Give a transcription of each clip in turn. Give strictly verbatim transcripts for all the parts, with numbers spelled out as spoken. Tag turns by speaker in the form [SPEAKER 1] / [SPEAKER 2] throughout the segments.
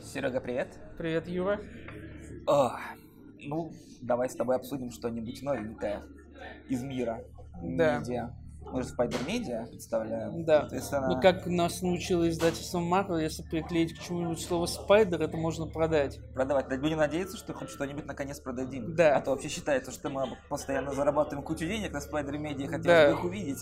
[SPEAKER 1] Серега, привет.
[SPEAKER 2] Привет, Юра.
[SPEAKER 1] О, ну, давай с тобой обсудим что-нибудь новенькое из мира
[SPEAKER 2] Да.
[SPEAKER 1] медиа. Мы же Spider Media представляем.
[SPEAKER 2] Да.
[SPEAKER 1] Соответственно,
[SPEAKER 2] Ну, как нас научило издательство Marvel, если приклеить к чему-нибудь слово «спайдер», это можно продать.
[SPEAKER 1] продавать. Да, будем надеяться, что хоть что-нибудь наконец продадим.
[SPEAKER 2] Да.
[SPEAKER 1] А то вообще считается, что мы постоянно зарабатываем кучу денег на Spider Media, хотелось
[SPEAKER 2] Да.
[SPEAKER 1] бы их увидеть.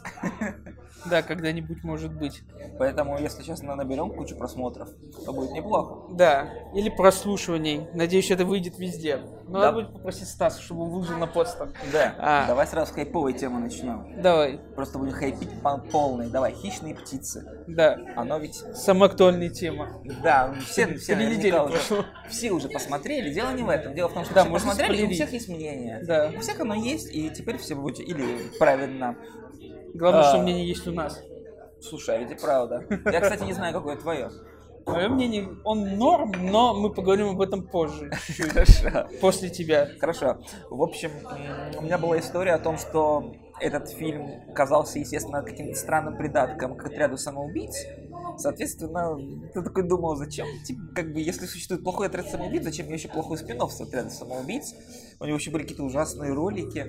[SPEAKER 2] Да, когда-нибудь может быть.
[SPEAKER 1] Поэтому, если сейчас мы наберем кучу просмотров, то будет неплохо.
[SPEAKER 2] Да. Или прослушиваний. Надеюсь, это выйдет везде. Но
[SPEAKER 1] Да.
[SPEAKER 2] надо будет попросить Стаса, чтобы он выложил на подстав.
[SPEAKER 1] Да.
[SPEAKER 2] А.
[SPEAKER 1] Давай сразу с хайповой темы начнем.
[SPEAKER 2] Давай.
[SPEAKER 1] Просто будем хайпить по полной. Давай, хищные птицы.
[SPEAKER 2] Да.
[SPEAKER 1] Оно ведь...
[SPEAKER 2] Самая актуальная тема.
[SPEAKER 1] Да, все, все,
[SPEAKER 2] Три недели
[SPEAKER 1] наверняка уже,
[SPEAKER 2] прошло.
[SPEAKER 1] все уже посмотрели. Дело не в этом. Дело в том, что
[SPEAKER 2] Да,
[SPEAKER 1] все
[SPEAKER 2] можно
[SPEAKER 1] посмотрели, и у
[SPEAKER 2] спойлерить.
[SPEAKER 1] всех есть мнение.
[SPEAKER 2] Да.
[SPEAKER 1] У всех оно есть, и теперь все будете... Или правильно...
[SPEAKER 2] Главное,
[SPEAKER 1] А.
[SPEAKER 2] что мнение есть у нас.
[SPEAKER 1] Слушай, а ведь и правда. Я, кстати, не знаю, какое твое.
[SPEAKER 2] Мое мнение, он норм, но мы поговорим об этом позже. чуть-чуть.
[SPEAKER 1] Хорошо.
[SPEAKER 2] После тебя.
[SPEAKER 1] Хорошо. В общем, м, у меня была история о том, что этот фильм казался, естественно, каким-то странным придатком к отряду самоубийц. Соответственно, ты такой думал, зачем, типа, как бы, если существует плохой отряд самоубийц, зачем мне еще плохой спин-офф с отряда самоубийц? У него еще были какие-то ужасные ролики,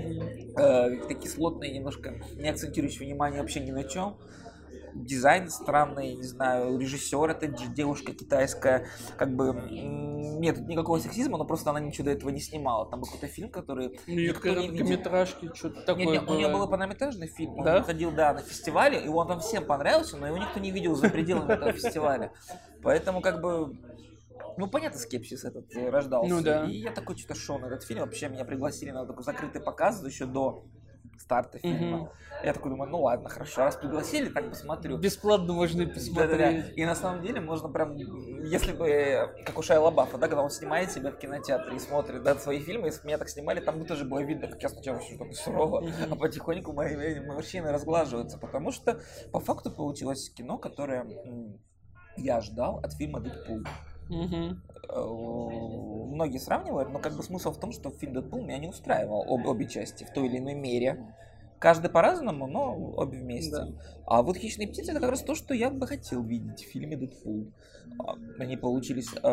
[SPEAKER 1] э, такие кислотные, немножко не акцентирующие внимание вообще ни на чем. Дизайн странный, не знаю, режиссер, это дж- девушка китайская, как бы м, нет тут никакого сексизма, но просто она ничего до этого не снимала. Там был какой-то фильм, который
[SPEAKER 2] У нее
[SPEAKER 1] никто не видел.
[SPEAKER 2] короткометражки, что-то такое
[SPEAKER 1] Нет, нет, у нее
[SPEAKER 2] было.
[SPEAKER 1] был полнометражный фильм, он
[SPEAKER 2] Да?
[SPEAKER 1] выходил, да, на фестивале, и он там всем понравился, но его никто не видел за пределами этого фестиваля. Поэтому, как бы, ну, понятно, скепсис этот э, рождался.
[SPEAKER 2] Ну да.
[SPEAKER 1] И я такой что-то шел на этот фильм. Вообще меня пригласили на такой закрытый показ еще до старта фильма.
[SPEAKER 2] Мгм.
[SPEAKER 1] Я такой думаю, ну ладно, хорошо, раз пригласили, так посмотрю.
[SPEAKER 2] Бесплатно можно и
[SPEAKER 1] Да-да-да.
[SPEAKER 2] посмотреть.
[SPEAKER 1] И на самом деле можно прям, если бы, э, как у Шайя Лабафа, да, когда он снимает себя в кинотеатре и смотрит, да, свои фильмы, если бы меня так снимали, там бы тоже было видно, как я сначала что-то сурово,
[SPEAKER 2] Мгм.
[SPEAKER 1] а потихоньку мои, мои морщины разглаживаются, потому что по факту получилось кино, которое м, я ждал от фильма «Дэдпул».
[SPEAKER 2] Мгм.
[SPEAKER 1] Э, Многие сравнивают, но как бы смысл в том, что фильм «Дэдпул» меня не устраивал, об, обе части, в той или иной мере. Каждый по-разному, но обе вместе.
[SPEAKER 2] Да.
[SPEAKER 1] А вот «Хищные птицы» — это как раз то, что я бы хотел видеть в фильме «Дэдпул». А, Они получились э,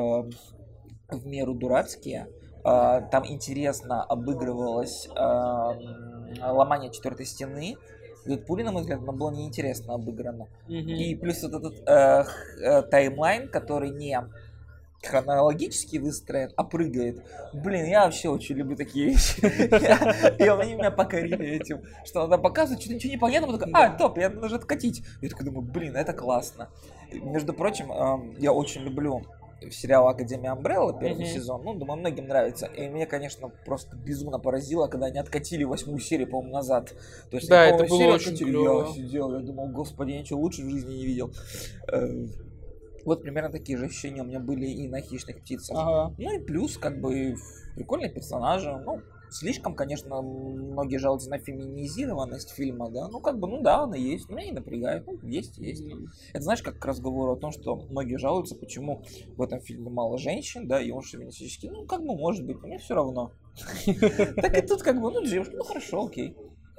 [SPEAKER 1] в меру дурацкие. А, Там интересно обыгрывалось э, м, ломание четвертой стены. В «Дэдпуле», на мой взгляд, оно было неинтересно обыграно.
[SPEAKER 2] Мгм.
[SPEAKER 1] И плюс вот этот э, х- э, таймлайн, который не хронологически выстроен, а прыгает. Блин, я вообще очень люблю такие вещи. Я- И они меня покорили этим, что она показывает, что-то ничего не понятно, потом такой, а, топ, я нужно откатить. Я такой думаю, блин, это классно. И, Между прочим, эм, я очень люблю сериал «Академия Амбрелла», первый
[SPEAKER 2] Мгм.
[SPEAKER 1] сезон, ну, думаю, многим нравится. И мне, конечно, просто безумно поразило, когда они откатили восьмую серию, по-моему, назад. То есть,
[SPEAKER 2] Да,
[SPEAKER 1] они
[SPEAKER 2] это
[SPEAKER 1] полную
[SPEAKER 2] было
[SPEAKER 1] серию
[SPEAKER 2] очень
[SPEAKER 1] откатили,
[SPEAKER 2] клёво.
[SPEAKER 1] Я сидел, я думал, господи, я ничего лучше в жизни не видел. Э, Вот примерно такие же ощущения у меня были и на «Хищных птицах».
[SPEAKER 2] Ага.
[SPEAKER 1] Ну и плюс, как бы, прикольные персонажи. Ну, слишком, конечно, многие жалуются на феминизированность фильма, да. Ну, как бы, ну да, она есть. Но меня не напрягает. Ну, есть, есть. Это знаешь, как к разговору о том, что многие жалуются, почему в этом фильме мало женщин, да, и он шовинистический. Ну, как бы, может быть, мне все равно. Так и тут, как бы, ну, девушка, ну, хорошо, окей.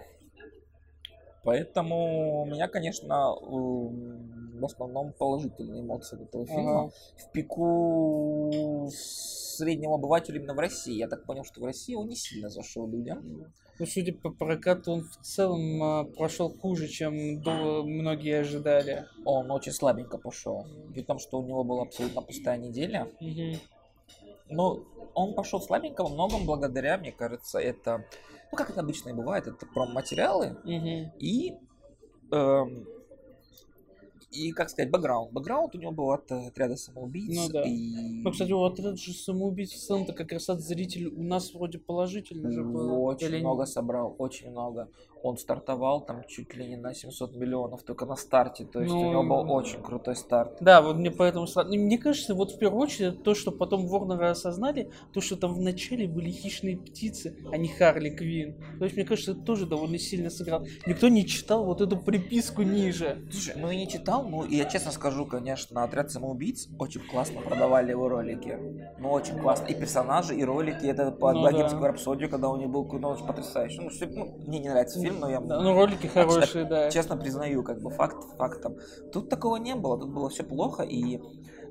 [SPEAKER 1] Поэтому у меня, конечно, м, в основном положительные эмоции от этого фильма.
[SPEAKER 2] Ага.
[SPEAKER 1] В пику среднего обывателя именно в России. Я так понял, что в России он не сильно зашел людям.
[SPEAKER 2] Ну, судя по прокату, он в целом а, прошел хуже, чем до- многие ожидали.
[SPEAKER 1] Он очень слабенько пошел. При том, что у него была абсолютно пустая неделя.
[SPEAKER 2] Мгм.
[SPEAKER 1] Но он пошел слабенько во многом благодаря, мне кажется, это, ну как это обычно и бывает, это промо-материалы
[SPEAKER 2] Мгм.
[SPEAKER 1] и, эм, и, как сказать, бэкграунд. Бэкграунд у него был от э, отряда самоубийц.
[SPEAKER 2] Ну да.
[SPEAKER 1] И
[SPEAKER 2] Ну, кстати, вот этот же самоубийц в целом-то как раз от зрителей у нас вроде положительно же был.
[SPEAKER 1] очень
[SPEAKER 2] Или
[SPEAKER 1] много
[SPEAKER 2] не?
[SPEAKER 1] собрал, очень много. Он стартовал там чуть ли не на семьсот миллионов только на старте. То есть у
[SPEAKER 2] Ну,
[SPEAKER 1] него был очень крутой старт.
[SPEAKER 2] Да, вот мне поэтому... сра- ну, Мне кажется, вот в первую очередь, это то, что потом Ворнеры осознали, то, что там в начале были хищные птицы, а не Харли Квинн. То есть, мне кажется, это тоже довольно сильно сыграл. Никто не читал вот эту приписку ниже.
[SPEAKER 1] Слушай, ну и не читал, ну и я честно скажу, конечно, отряд самоубийц очень классно продавали его ролики. Ну очень классно. И персонажи, и ролики. Это по
[SPEAKER 2] Ну
[SPEAKER 1] Богемскую
[SPEAKER 2] да.
[SPEAKER 1] рапсодию, когда у него был, ну, очень потрясающий. Ну, всё- ну, мне не нравится фильм, но я
[SPEAKER 2] Да, ну, ролики хорошие, да.
[SPEAKER 1] честно признаю, как бы факт фактом. Тут такого не было, тут было все плохо, и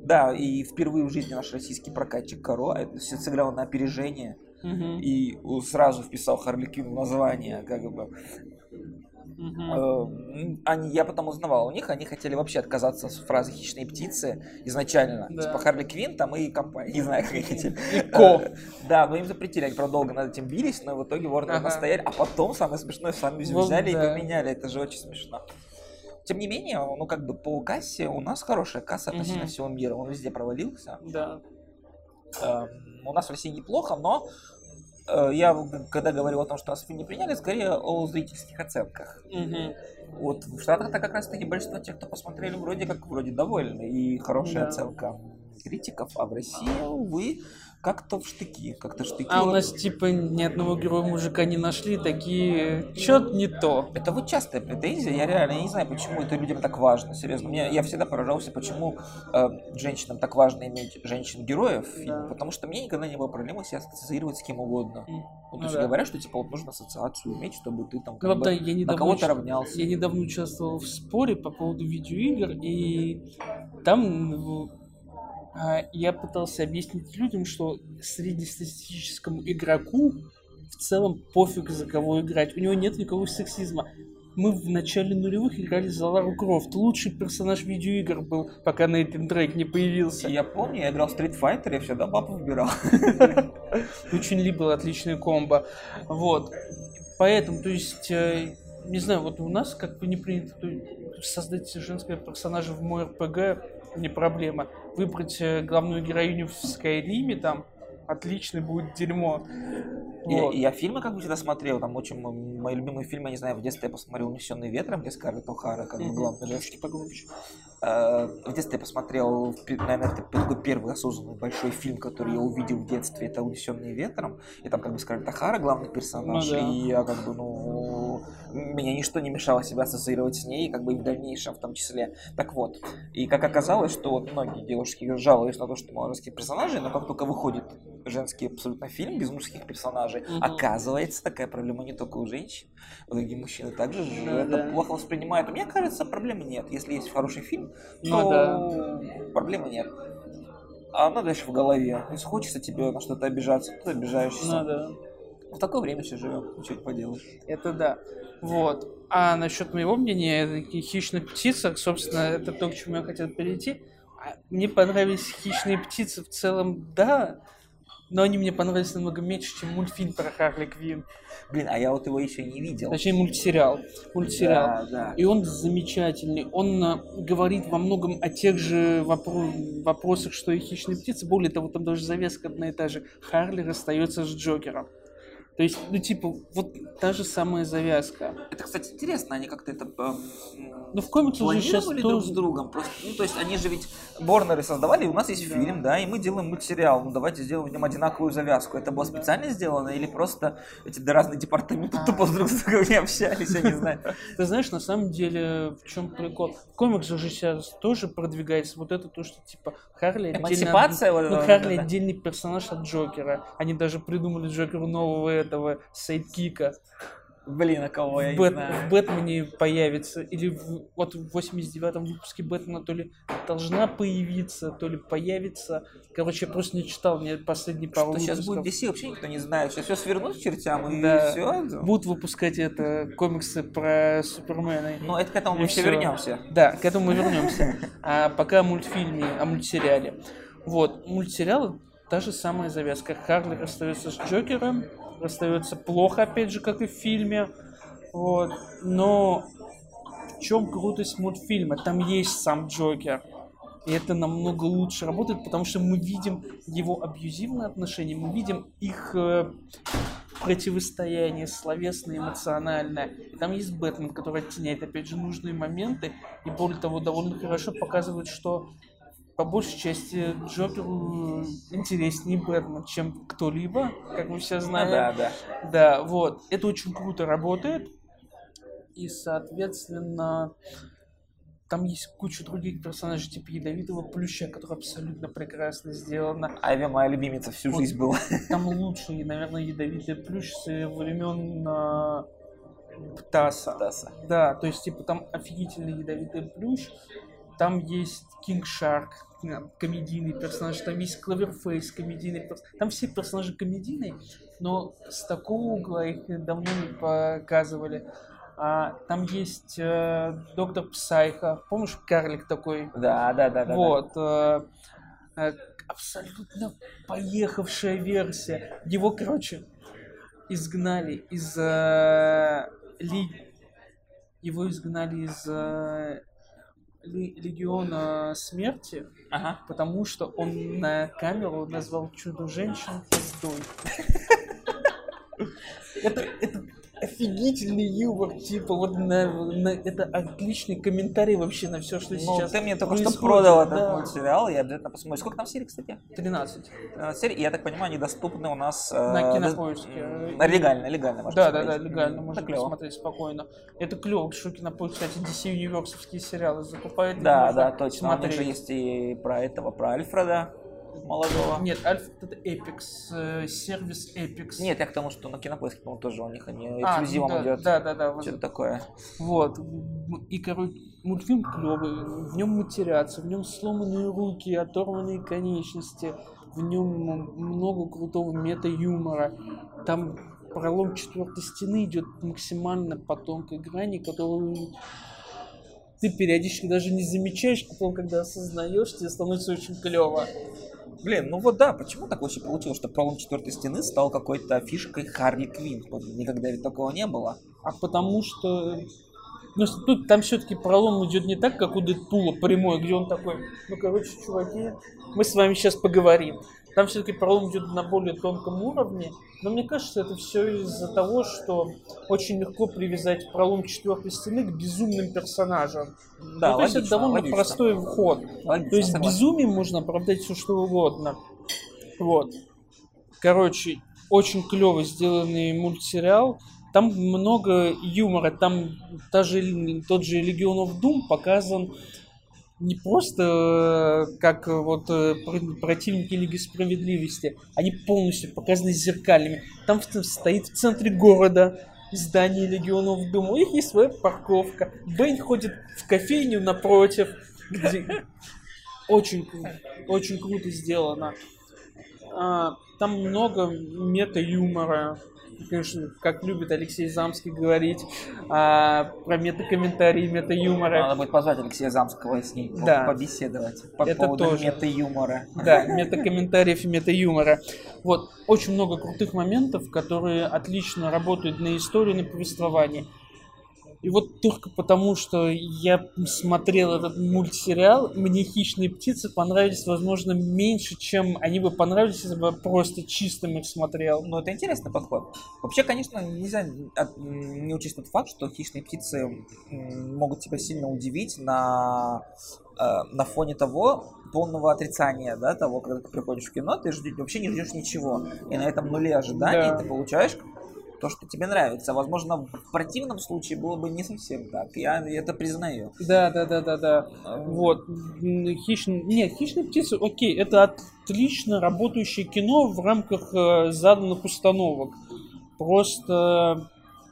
[SPEAKER 1] Да, и впервые в жизни наш российский прокатчик Каро это всё сыграл на опережение
[SPEAKER 2] Мгм.
[SPEAKER 1] и у- сразу вписал Харли Квинн в название, как бы.
[SPEAKER 2] Мгм.
[SPEAKER 1] Э, Они, я потом узнавал у них, они хотели вообще отказаться с фразы «хищные птицы» изначально.
[SPEAKER 2] Да.
[SPEAKER 1] Типа Харли Квинн там и компания, не знаю, как они хотели.
[SPEAKER 2] И Ко.
[SPEAKER 1] Э, Да, но им запретили, они, правда, долго над этим бились, но в итоге Warner
[SPEAKER 2] Ага.
[SPEAKER 1] настояли, а потом, самое смешное, сами
[SPEAKER 2] Вот
[SPEAKER 1] взяли и
[SPEAKER 2] да.
[SPEAKER 1] поменяли, это же очень смешно. Тем не менее, ну как бы по кассе у нас хорошая касса относительно
[SPEAKER 2] Мгм.
[SPEAKER 1] всего мира, он везде провалился.
[SPEAKER 2] Да.
[SPEAKER 1] Эм, У нас в России неплохо, но э, я в- когда говорил о том, что нас фильм не приняли, скорее о зрительских оценках.
[SPEAKER 2] Мгм.
[SPEAKER 1] Вот в Штатах-то как раз таки большинство тех, кто посмотрели, вроде как вроде довольны, и хорошая
[SPEAKER 2] Да.
[SPEAKER 1] оценка критиков, а в России, увы, как-то в штыки, как-то штыки.
[SPEAKER 2] А у
[SPEAKER 1] Вот-
[SPEAKER 2] нас типа ни одного героя мужика не нашли, такие чё-то не то.
[SPEAKER 1] Это вот частая претензия, я реально я не знаю, почему это людям так важно, серьезно. Мне, я всегда поражался, почему э, женщинам так важно иметь женщин-героев, в фильме,
[SPEAKER 2] Да.
[SPEAKER 1] потому что мне никогда не было проблемы себя ассоциировать с кем угодно.
[SPEAKER 2] М.
[SPEAKER 1] Ну, то
[SPEAKER 2] Ну
[SPEAKER 1] есть
[SPEAKER 2] да.
[SPEAKER 1] говорят, что типа вот нужно ассоциацию иметь, чтобы ты там как
[SPEAKER 2] Ну,
[SPEAKER 1] бы
[SPEAKER 2] да, я
[SPEAKER 1] на
[SPEAKER 2] недавно,
[SPEAKER 1] кого-то
[SPEAKER 2] уч-
[SPEAKER 1] равнялся.
[SPEAKER 2] я недавно участвовал в споре по поводу видеоигр, и там ну, а, я пытался объяснить людям, что среднестатистическому игроку в целом пофиг за кого играть. У него нет никакого сексизма. Мы в начале нулевых играли за Лару Крофт. Лучший персонаж видеоигр был, пока Нейтан Дрейк не появился.
[SPEAKER 1] Я помню, я играл в Street Fighter, я всегда бабу выбирал.
[SPEAKER 2] У Чун Ли был отличный комбо. Вот. Поэтому, то есть, э, не знаю, вот у нас как бы не принято то есть, создать женского персонажа в мой эр пэ гэ не проблема. Выбрать э, главную героиню в Скайриме там отлично будет дерьмо.
[SPEAKER 1] Я,
[SPEAKER 2] Вот.
[SPEAKER 1] я фильмы как бы всегда смотрел, там очень м- мои любимые фильмы, я не знаю, в детстве я посмотрел «Унесенный ветром», где Скарлетт О'Хара, как бы
[SPEAKER 2] Мгм.
[SPEAKER 1] главная женщина погромче. Э, В детстве я посмотрел, в пе- наверное, это такой первый осознанный большой фильм, который я увидел в детстве, это «Унесенный ветром», и там как бы Скарлетт О'Хара главный персонаж,
[SPEAKER 2] Ну да.
[SPEAKER 1] и я как бы, ну, мне ничто не мешало себя ассоциировать с ней, как бы и в дальнейшем в том числе. Так вот, и как оказалось, что вот многие девушки жалуются на то, что мало женских персонажей, но как только выходит женский абсолютно фильм без мужских персонажей,
[SPEAKER 2] Мгм.
[SPEAKER 1] оказывается, такая проблема не только у женщин, многие мужчины также же
[SPEAKER 2] Ну
[SPEAKER 1] это
[SPEAKER 2] да.
[SPEAKER 1] плохо воспринимают. Мне кажется, проблемы нет. Если есть хороший фильм,
[SPEAKER 2] Ну
[SPEAKER 1] то проблемы нет. А она дальше в голове. Если хочется тебе на что-то обижаться, то обижаешься.
[SPEAKER 2] Ну да.
[SPEAKER 1] В такое время сейчас живем, ничего не поделаешь.
[SPEAKER 2] Это да. Вот. А насчет моего мнения о таких хищных птицах, собственно, это то, к чему я хотел перейти. А Мне понравились хищные птицы в целом, да, но они мне понравились намного меньше, чем мультфильм про Харли Квинн.
[SPEAKER 1] Блин, а я вот его еще не видел.
[SPEAKER 2] Точнее, мультсериал. Мультсериал.
[SPEAKER 1] Да, да.
[SPEAKER 2] И он замечательный. Он а, говорит во многом о тех же вопро- вопросах, что и хищные птицы. Более того, там даже завеска одна и та же. Харли расстается с Джокером. То есть, ну, типа, вот та же самая завязка.
[SPEAKER 1] Это, кстати, интересно, они как-то это эм,
[SPEAKER 2] Ну, в комиксах же сейчас
[SPEAKER 1] планировали друг
[SPEAKER 2] тоже...
[SPEAKER 1] с другом. Просто, ну, то есть они же ведь Борнеры создавали, и у нас есть
[SPEAKER 2] Да.
[SPEAKER 1] фильм, да, и мы делаем мультсериал. Ну, давайте сделаем в нем одинаковую завязку. Это было
[SPEAKER 2] Да.
[SPEAKER 1] специально сделано или просто эти да, разные департаменты
[SPEAKER 2] А.
[SPEAKER 1] тупо друг с другом не общались, я не знаю.
[SPEAKER 2] Ты знаешь, на самом деле, в чем прикол? В комиксах же сейчас тоже продвигается вот это то, что, типа, Харли отдельно...
[SPEAKER 1] Эмансипация вот
[SPEAKER 2] Ну,
[SPEAKER 1] это,
[SPEAKER 2] Харли
[SPEAKER 1] да.
[SPEAKER 2] отдельный персонаж от Джокера. Они даже придумали Джокеру нового этого сайдкика.
[SPEAKER 1] Блин, а кого я
[SPEAKER 2] В,
[SPEAKER 1] не
[SPEAKER 2] Бэт-
[SPEAKER 1] знаю.
[SPEAKER 2] в Бэтмене появится, или в, вот в восемьдесят девятом выпуске Бэтмена то ли должна появиться, то ли появится. Короче, я просто не читал мне последние пару
[SPEAKER 1] Что сейчас
[SPEAKER 2] выпусков.
[SPEAKER 1] будет ди си, вообще никто не знает. Сейчас все свернут к чертям и
[SPEAKER 2] Да.
[SPEAKER 1] все.
[SPEAKER 2] Будут выпускать это комиксы про Супермена.
[SPEAKER 1] Но это к этому
[SPEAKER 2] И
[SPEAKER 1] мы все
[SPEAKER 2] всё.
[SPEAKER 1] вернемся.
[SPEAKER 2] Да, к этому мы вернемся. А пока о мультфильме, о мультсериале. Вот, мультсериал та же самая завязка. Харли расстается с Джокером, расстается плохо, опять же, как и в фильме. Вот. Но в чем крутость мультфильма? Там есть сам Джокер. И это намного лучше работает, потому что мы видим его абьюзивные отношения, мы видим их э, противостояние словесное, эмоциональное. И там есть Бэтмен, который оттеняет, опять же, нужные моменты. И более того, довольно хорошо показывает, что по большей части Джокеру интереснее Бэтмен, чем кто-либо, как мы все
[SPEAKER 1] Ну
[SPEAKER 2] знаем.
[SPEAKER 1] да, да.
[SPEAKER 2] Да, вот. Это очень круто работает. И, соответственно, там есть куча других персонажей, типа Ядовитого Плюща, который абсолютно прекрасно сделано.
[SPEAKER 1] Айви моя любимица всю
[SPEAKER 2] Вот.
[SPEAKER 1] жизнь была.
[SPEAKER 2] Там лучший, наверное, Ядовитый Плющ с времен а, Птаса.
[SPEAKER 1] Стаса.
[SPEAKER 2] Да, то есть, типа, там офигительный Ядовитый Плющ. Там есть Кинг Шарк, комедийный персонаж, там есть Кловерфейс, комедийный персонаж. Там все персонажи комедийные, но с такого угла их давно не показывали. А, там есть э, доктор Псайхо, помнишь, карлик такой?
[SPEAKER 1] Да, да, да, да.
[SPEAKER 2] Вот. Э, э, абсолютно поехавшая версия. Его, короче, изгнали из э, ли... его изгнали из э, ли... Легиона Смерти,
[SPEAKER 1] Ага.
[SPEAKER 2] потому что он на камеру назвал Чудо-женщин пиздой. Это, это офигительный юмор, типа, вот на, на, это отличный комментарий вообще на все, что
[SPEAKER 1] Ну,
[SPEAKER 2] сейчас
[SPEAKER 1] ты мне только
[SPEAKER 2] происходит.
[SPEAKER 1] что продал этот
[SPEAKER 2] Да.
[SPEAKER 1] мультсериал, я обязательно посмотрю. Сколько там серий, кстати?
[SPEAKER 2] тринадцать.
[SPEAKER 1] тринадцать серий, я так понимаю, они доступны у нас...
[SPEAKER 2] На
[SPEAKER 1] э,
[SPEAKER 2] Кинопоиске.
[SPEAKER 1] дос- Легально, легально можно
[SPEAKER 2] Да, да, да,
[SPEAKER 1] посмотреть.
[SPEAKER 2] легально,
[SPEAKER 1] М,
[SPEAKER 2] можно
[SPEAKER 1] это клево.
[SPEAKER 2] посмотреть спокойно. Это клево, что Кинопоиск, кстати, ди си универсовские сериалы закупает. их
[SPEAKER 1] Да,
[SPEAKER 2] можно
[SPEAKER 1] да, точно. У них
[SPEAKER 2] смотреть.
[SPEAKER 1] же есть и про этого, про Альфреда молодого.
[SPEAKER 2] Нет, Альфа это Epix, э, сервис Epix.
[SPEAKER 1] Нет, я к тому, что на Кинопоиске, по-моему, тоже у них они
[SPEAKER 2] А,
[SPEAKER 1] эксклюзивом
[SPEAKER 2] да,
[SPEAKER 1] идет.
[SPEAKER 2] да, да, да, вот.
[SPEAKER 1] Что-то такое.
[SPEAKER 2] Вот. И, короче, мультфильм клевый, в нем матерятся, в нем сломанные руки, оторванные конечности, в нем много крутого мета-юмора. Там пролом четвертой стены идет максимально по тонкой грани, которую ты периодически даже не замечаешь, потом, когда осознаешь, тебе становится очень клево.
[SPEAKER 1] Блин, ну вот да, почему так вообще получилось, что пролом четвертой стены стал какой-то фишкой Харли Квинн? Вот никогда ведь такого не было.
[SPEAKER 2] А потому что... Ну, тут там все-таки пролом идет не так, как у Дэдпула прямой, где он такой, ну, короче, чуваки, мы с вами сейчас поговорим. Там все-таки пролом идет на более тонком уровне, но мне кажется, это все из-за того, что очень легко привязать пролом четвертой стены к безумным персонажам.
[SPEAKER 1] Да,
[SPEAKER 2] ну, то есть это
[SPEAKER 1] логично,
[SPEAKER 2] довольно
[SPEAKER 1] логично.
[SPEAKER 2] простой вход.
[SPEAKER 1] Логично,
[SPEAKER 2] То есть
[SPEAKER 1] согласен.
[SPEAKER 2] безумием можно оправдать все, что угодно. Вот. Короче, очень клево сделанный мультсериал. Там много юмора. Там даже тот же Legion of Doom показан не просто э, как э, вот э, про- противники Лиги Справедливости. Они полностью показаны зеркальными. Там в- стоит в центре города здание Legion of Doom. У них есть своя парковка. Бэйн ходит в кофейню напротив, где очень, кру- очень круто сделано. А, там много мета-юмора. Конечно, как любит Алексей Замский говорить а, про мета-комментарии, мета-юмора.
[SPEAKER 1] Надо будет позвать Алексея Замского и с ним по-
[SPEAKER 2] Да.
[SPEAKER 1] побеседовать по
[SPEAKER 2] Это
[SPEAKER 1] поводу
[SPEAKER 2] тоже.
[SPEAKER 1] мета-юмора.
[SPEAKER 2] Да, мета-комментариев и мета-юмора. Вот, очень много крутых моментов, которые отлично работают на истории, на повествовании. И вот только потому, что я смотрел этот мультсериал, мне «Хищные птицы» понравились, возможно, меньше, чем они бы понравились, если бы я просто чистым их смотрел.
[SPEAKER 1] Ну, это интересный подход. Вообще, конечно, нельзя от- не учесть тот факт, что хищные птицы м, могут тебя сильно удивить на, э, на фоне того полного отрицания, да, того, когда ты приходишь в кино, ты ждешь, вообще не ждешь ничего. И на этом нуле ожиданий
[SPEAKER 2] Да.
[SPEAKER 1] ты получаешь то, что тебе нравится. Возможно, в противном случае было бы не совсем так. Я это признаю.
[SPEAKER 2] Да, да, да, да, да. Вот. М, Хищные... Нет, «Хищные птицы», окей, это отлично работающее кино в рамках э, заданных установок. Просто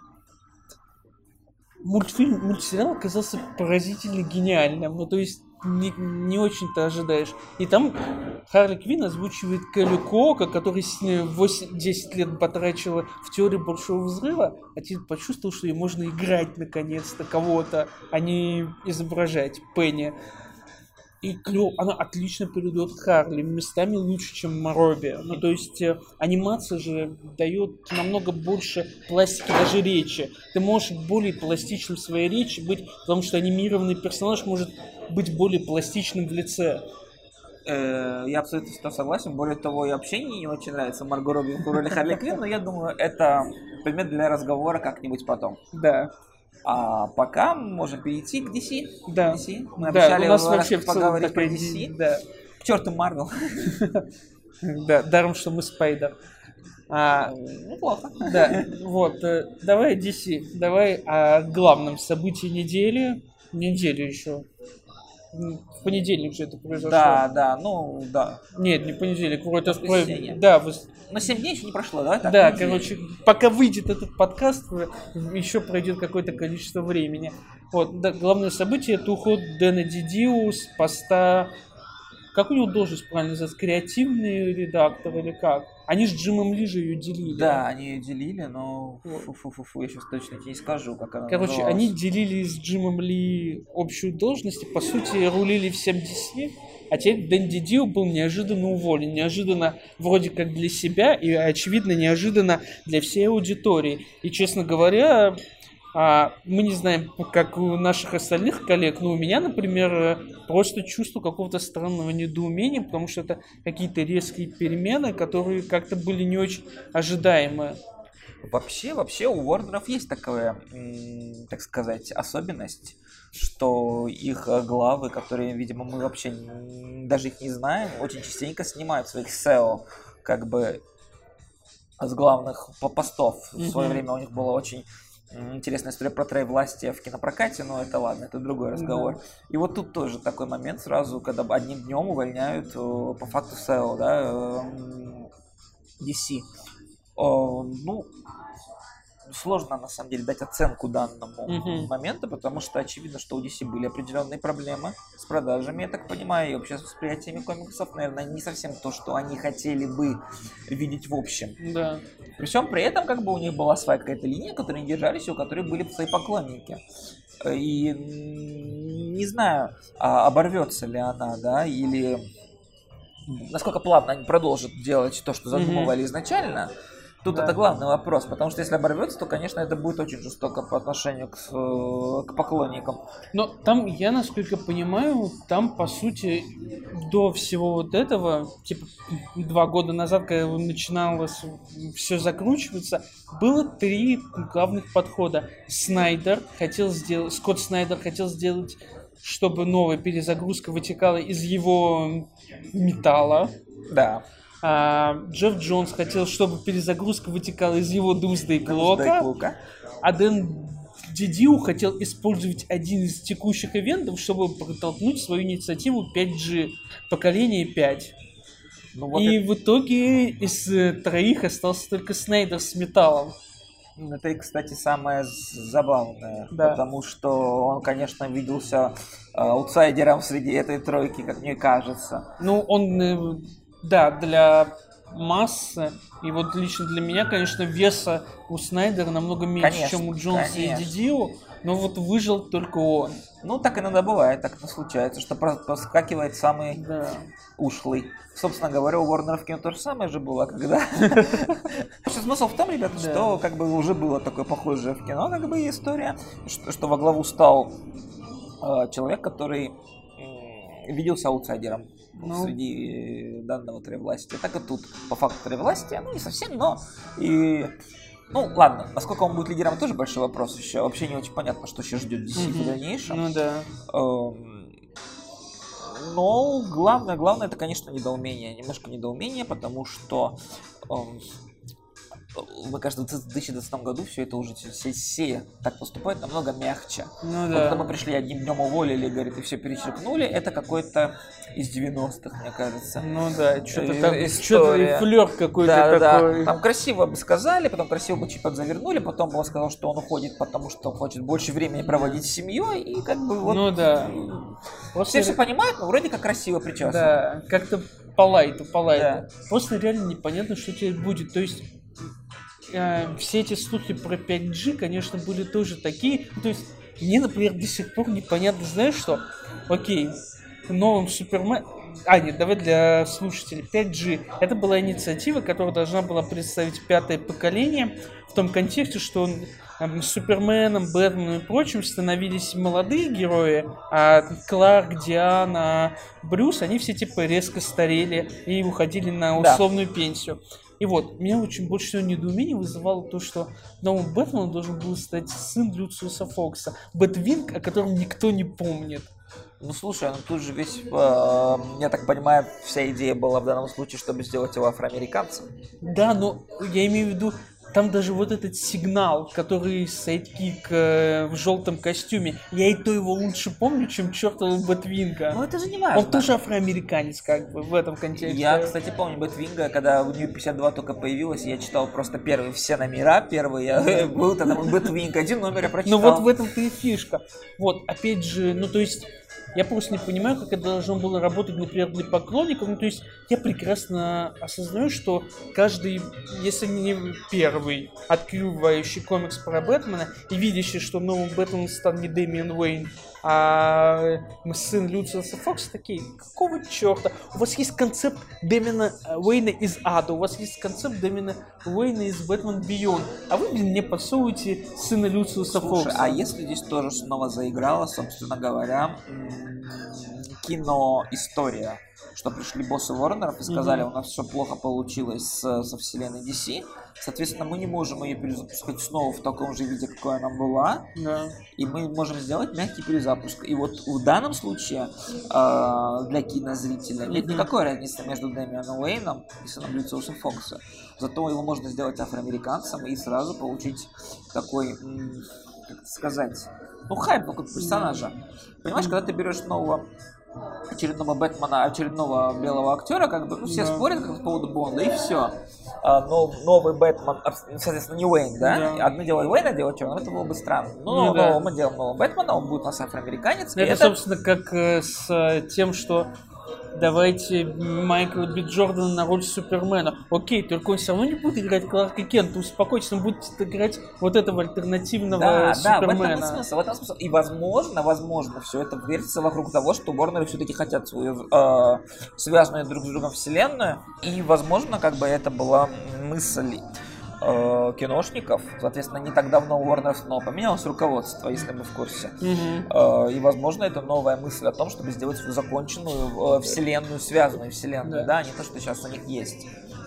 [SPEAKER 2] мультфильм, мультсериал оказался поразительно гениальным. Ну, то есть не, не очень-то ожидаешь. И там Харли Квинн озвучивает Келли Куока, который восемь-десять лет потрачила в теорию Большого Взрыва, а теперь почувствовал, что ей можно играть наконец-то кого-то, а не изображать Пенни. И клёв, она отлично передает Харли, местами лучше, чем Моробия. Ну, то есть э, анимация же дает намного больше пластики даже речи. Ты можешь более пластичным в своей речи быть, потому что анимированный персонаж может быть более пластичным в лице.
[SPEAKER 1] Э, Я абсолютно с этим согласен. Более того, и вообще не очень нравится Марго Робби в роли Харли Квинн, но я думаю, это предмет для разговора как-нибудь потом.
[SPEAKER 2] Да.
[SPEAKER 1] А пока мы можем перейти к ди си.
[SPEAKER 2] Да.
[SPEAKER 1] ди си. Мы
[SPEAKER 2] Да,
[SPEAKER 1] обещали
[SPEAKER 2] у нас
[SPEAKER 1] раз
[SPEAKER 2] вообще в целом
[SPEAKER 1] поговорить про
[SPEAKER 2] такая
[SPEAKER 1] ди си.
[SPEAKER 2] ди- Да.
[SPEAKER 1] К черту Марвел.
[SPEAKER 2] Да, даром, что мы Спайдер. А,
[SPEAKER 1] Неплохо.
[SPEAKER 2] да, вот, э, давай ди си, давай о главном событии недели. Недели еще. М, В понедельник же это произошло.
[SPEAKER 1] Да, да, ну да.
[SPEAKER 2] Нет, не понедельник, вроде
[SPEAKER 1] Воскресенье.
[SPEAKER 2] да, вос-
[SPEAKER 1] Но семь дней еще не прошло, да? Так,
[SPEAKER 2] да,
[SPEAKER 1] неделя.
[SPEAKER 2] короче, пока выйдет этот подкаст, еще пройдет какое-то количество времени. Вот, да, главное событие — это уход Дэна Дидиу с поста как у него должность правильно называется, креативный редактор или как? Они с Джимом Ли же ее делили.
[SPEAKER 1] Да, они ее делили, но фу-фу-фу-фу, я сейчас точно тебе не скажу, как она
[SPEAKER 2] Короче,
[SPEAKER 1] называлась.
[SPEAKER 2] они делили с Джимом Ли общую должность и, по сути, рулили всем ди си, а теперь Дэн Дидио был неожиданно уволен. Неожиданно вроде как для себя и, очевидно, неожиданно для всей аудитории. И, честно говоря, мы не знаем, как у наших остальных коллег, но у меня, например, просто чувство какого-то странного недоумения, потому что это какие-то резкие перемены, которые как-то были не очень ожидаемые.
[SPEAKER 1] Вообще, вообще у Ворнеров есть такая, так сказать, особенность, что их главы, которые, видимо, мы вообще даже их не знаем, очень частенько снимают своих сео, как бы с главных постов. В свое mm-hmm. время у них было очень интересная история про троевластие в кинопрокате, но это ладно, это другой разговор. Mm-hmm. И вот тут тоже такой момент сразу, когда одним днем увольняют по факту сео, да, ди си. Ну, сложно на самом деле дать оценку данному mm-hmm. моменту, потому что очевидно, что у ди си были определенные проблемы с продажами, я так понимаю, и вообще с восприятиями комиксов, наверное, не совсем то, что они хотели бы видеть в общем.
[SPEAKER 2] Да.
[SPEAKER 1] При всем при этом, как бы у них была своя какая-то линия, которой они держались, и у которой были свои поклонники. И не знаю, оборвется ли она, да, или насколько плавно они продолжат делать то, что задумывали mm-hmm. изначально. Тут да. это главный вопрос, потому что если оборвется, то, конечно, это будет очень жестоко по отношению к, к поклонникам.
[SPEAKER 2] Но там, я насколько понимаю, там, по сути, до всего вот этого, типа, два года назад, когда начиналось все закручиваться, было три главных подхода. Снайдер хотел сделать, Скотт Снайдер хотел сделать, чтобы новая перезагрузка вытекала из его металла.
[SPEAKER 1] Да.
[SPEAKER 2] А, Джефф Джонс хотел, чтобы перезагрузка вытекала из его Doomsday Clock'а, а Дэн Дидио хотел использовать один из текущих ивентов, чтобы протолкнуть свою инициативу пять джи, поколение пять. Ну, вот и это... в итоге из троих остался только Снайдер с металлом.
[SPEAKER 1] Это, кстати, самое забавное,
[SPEAKER 2] да.
[SPEAKER 1] потому что он, конечно, виделся аутсайдером среди этой тройки, как мне кажется.
[SPEAKER 2] Ну, он... Да, для массы, и вот лично для меня, конечно, веса у Снайдера намного меньше, конечно, чем у Джонса конечно. и Дидио, но вот выжил только он.
[SPEAKER 1] Ну, так иногда бывает, так и случается, что проскакивает самый
[SPEAKER 2] да.
[SPEAKER 1] ушлый. Собственно говоря, у Warner в кино то же самое же было, когда... Смысл в том, ребята, что как бы уже было такое похожее в кино, как бы история, что во главу стал человек, который виделся аутсайдером. Ну, среди данного троевластия. Так и тут, по факту троевластия, ну не совсем, но и... Ну, ладно, насколько он будет лидером, тоже большой вопрос еще. Вообще не очень понятно, что сейчас ждет ди си mm-hmm. в дальнейшем.
[SPEAKER 2] Ну да.
[SPEAKER 1] Но главное, главное, это, конечно, недоумение. Немножко недоумение, потому что... Мне кажется, в две тысячи двадцатом году все это уже все так поступает намного мягче.
[SPEAKER 2] Ну,
[SPEAKER 1] вот
[SPEAKER 2] да.
[SPEAKER 1] когда мы пришли одним днем уволили, говорит, и все перечеркнули, это какой-то из девяностых, мне кажется.
[SPEAKER 2] Ну да, что-то там, что-то флёр какой-то
[SPEAKER 1] да,
[SPEAKER 2] такой.
[SPEAKER 1] Да. Там красиво бы сказали, потом красиво бы чипок завернули, потом он сказал, что он уходит, потому что он хочет больше времени проводить с семьей, и как бы вот...
[SPEAKER 2] Ну да.
[SPEAKER 1] Все все понимают, но вроде как красиво причесано.
[SPEAKER 2] Да, как-то по лайту, по лайту.
[SPEAKER 1] Да.
[SPEAKER 2] Просто реально непонятно, что теперь будет. То есть... Все эти слухи про пять джи, конечно, были тоже такие. То есть, мне, например, до сих пор непонятно, знаешь что? Окей, новым Супермен... А, нет, давай для слушателей. пять джи — это была инициатива, которая должна была представить пятое поколение в том контексте, что э, Суперменом, Бэтменом и прочим становились молодые герои, а Кларк, Диана, Брюс, они все типа резко старели и уходили на условную да. пенсию. И вот, меня очень больше всего недоумение вызывало то, что новым Бэтменом должен был стать сын Люциуса Фокса. Бэтвинг, о котором никто не помнит.
[SPEAKER 1] Ну слушай, ну тут же весь, э, я так понимаю, вся идея была в данном случае, чтобы сделать его афроамериканцем.
[SPEAKER 2] Да, но я имею в виду, там даже вот этот сигнал, который сайдкик э, в желтом костюме, я и то его лучше помню, чем чертова Бэтвинга.
[SPEAKER 1] Ну это же не важно.
[SPEAKER 2] Он тоже афроамериканец, как бы, в этом контексте.
[SPEAKER 1] Я, кстати, помню Бэтвинга, когда в Нью пятьдесят два только появилась, я читал просто первые все номера, первый я был тогда Бэтвинг, один номер я прочитал.
[SPEAKER 2] Ну вот в этом-то и фишка. Вот, опять же, ну то есть, Я просто не понимаю, как это должно было работать, например, для поклонников. Ну, то есть я прекрасно осознаю, что каждый, если не первый, открывающий комикс про Бэтмена и видящий, что новым Бэтменом станет не Дэмиан Уэйн, а сын Люциуса Фокса, такие, какого черта? У вас есть концепт Дэмиана Уэйна из ада, у вас есть концепт Дэмиана Уэйна из Бэтмен Бейонд, а вы, блин, мне подсовываете сына Люциуса
[SPEAKER 1] Слушай,
[SPEAKER 2] Фокса.
[SPEAKER 1] а если здесь тоже снова заиграла, собственно говоря, киноистория, что пришли боссы Warner'ов и сказали,
[SPEAKER 2] Мгм.
[SPEAKER 1] у нас все плохо получилось с- со вселенной ди си, соответственно, мы не можем ее перезапускать снова в таком же виде, какой она была,
[SPEAKER 2] Да.
[SPEAKER 1] и мы можем сделать мягкий перезапуск. И вот в данном случае э, для кинозрителя нет
[SPEAKER 2] Мгм.
[SPEAKER 1] никакой разницы между Дэмианом Уэйном и сыном Люциуса Фокса. Зато его можно сделать афроамериканцем и сразу получить такой, м, как это сказать, ну, хайп вокруг персонажа. Понимаешь, когда ты берешь нового очередного Бэтмена, очередного белого актера, как бы, ну, все
[SPEAKER 2] Да.
[SPEAKER 1] спорят как по поводу Бонда, и все. А, но новый Бэтмен, абс- соответственно, не Уэйн, да?
[SPEAKER 2] Да.
[SPEAKER 1] Одно дело Уэйна делать черным, это было бы странно. Но
[SPEAKER 2] Ну, да.
[SPEAKER 1] мы делаем нового Бэтмена, он будет у нас афроамериканец. и
[SPEAKER 2] Это,
[SPEAKER 1] это-
[SPEAKER 2] собственно, как э, с э, тем, что давайте Майкла Би Джордана на роль Супермена. Окей, только он все равно не будет играть Кларка Кента, успокойтесь, он будет играть вот этого альтернативного
[SPEAKER 1] Да, да, в этом и
[SPEAKER 2] Супермена.
[SPEAKER 1] смысл, в этом смысл. И возможно, возможно, все это вертится вокруг того, что Warner все-таки хотят свою э, связанную друг с другом вселенную. И, возможно, как бы это была мысль э, киношников. Соответственно, не так давно у Warner снова поменялось руководство, если мы в курсе.
[SPEAKER 2] Мгм.
[SPEAKER 1] Э, И, возможно, это новая мысль о том, чтобы сделать свою законченную э, вселенную, связанную вселенную,
[SPEAKER 2] Да.
[SPEAKER 1] да, а не то, что сейчас у них есть.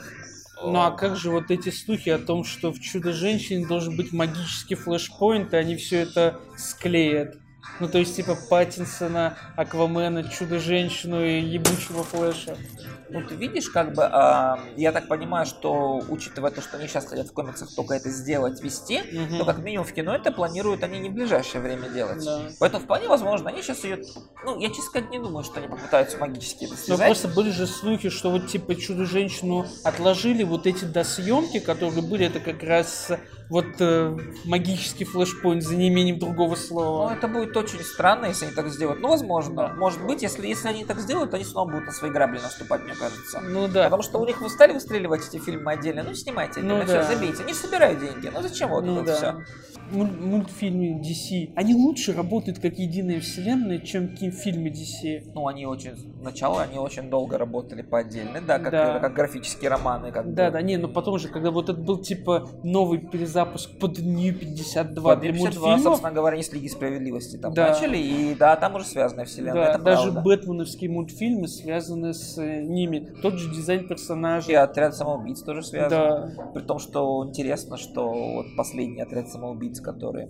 [SPEAKER 2] Ну а как же вот эти слухи о том, что в Чудо-женщине должен быть магический флешпоинт, и они все это склеят? Ну то есть типа Паттинсона, Аквамена, Чудо-женщину и ебучего Флэша.
[SPEAKER 1] Ну, ты видишь, как бы, а, я так понимаю, что, учитывая то, что они сейчас хотят в комиксах только это сделать, вести,
[SPEAKER 2] Мгм.
[SPEAKER 1] то как минимум в кино это планируют они не в ближайшее время делать.
[SPEAKER 2] Да.
[SPEAKER 1] Поэтому вполне возможно, они сейчас ее... Ну, я, честно сказать, не думаю, что они попытаются магически это
[SPEAKER 2] Но
[SPEAKER 1] связать.
[SPEAKER 2] просто были же слухи, что вот типа Чудо-женщину отложили, вот эти досъемки, которые были, это как раз вот э, магический флешпоинт за неимением другого
[SPEAKER 1] Ну,
[SPEAKER 2] слова.
[SPEAKER 1] это будет очень странно, если они так сделают. Ну, возможно.
[SPEAKER 2] Да.
[SPEAKER 1] Может быть, если, если они так сделают, они снова будут на свои грабли наступать, мне кажется.
[SPEAKER 2] Ну да.
[SPEAKER 1] Потому что у них вы стали выстреливать эти фильмы отдельно, ну снимайте
[SPEAKER 2] Ну
[SPEAKER 1] отдельно,
[SPEAKER 2] да.
[SPEAKER 1] все, забейте. Они же собирают деньги, ну зачем вот
[SPEAKER 2] Ну
[SPEAKER 1] это
[SPEAKER 2] да.
[SPEAKER 1] все?
[SPEAKER 2] Муль- мультфильмы ди си, они лучше работают как единая вселенная, чем фильмы ди си.
[SPEAKER 1] Ну, они очень, сначала они очень долго работали по отдельно, да, как,
[SPEAKER 2] Да.
[SPEAKER 1] как графические романы, как
[SPEAKER 2] Да,
[SPEAKER 1] бы.
[SPEAKER 2] да, не, но потом же, когда вот это был типа новый перезапуск под Нью пятьдесят два
[SPEAKER 1] По
[SPEAKER 2] для
[SPEAKER 1] пятьдесят два,
[SPEAKER 2] мультфильмов,
[SPEAKER 1] собственно говоря, не с Лиги Справедливости там
[SPEAKER 2] Да.
[SPEAKER 1] начали, и да, там уже связанная вселенная,
[SPEAKER 2] да,
[SPEAKER 1] это
[SPEAKER 2] даже
[SPEAKER 1] правда.
[SPEAKER 2] бэтменовские мультфильмы связаны с э, ними. Тот же дизайн
[SPEAKER 1] И
[SPEAKER 2] персонажей.
[SPEAKER 1] Отряд самоубийц тоже связан.
[SPEAKER 2] Да.
[SPEAKER 1] При том, что интересно, что вот последний Отряд самоубийц, который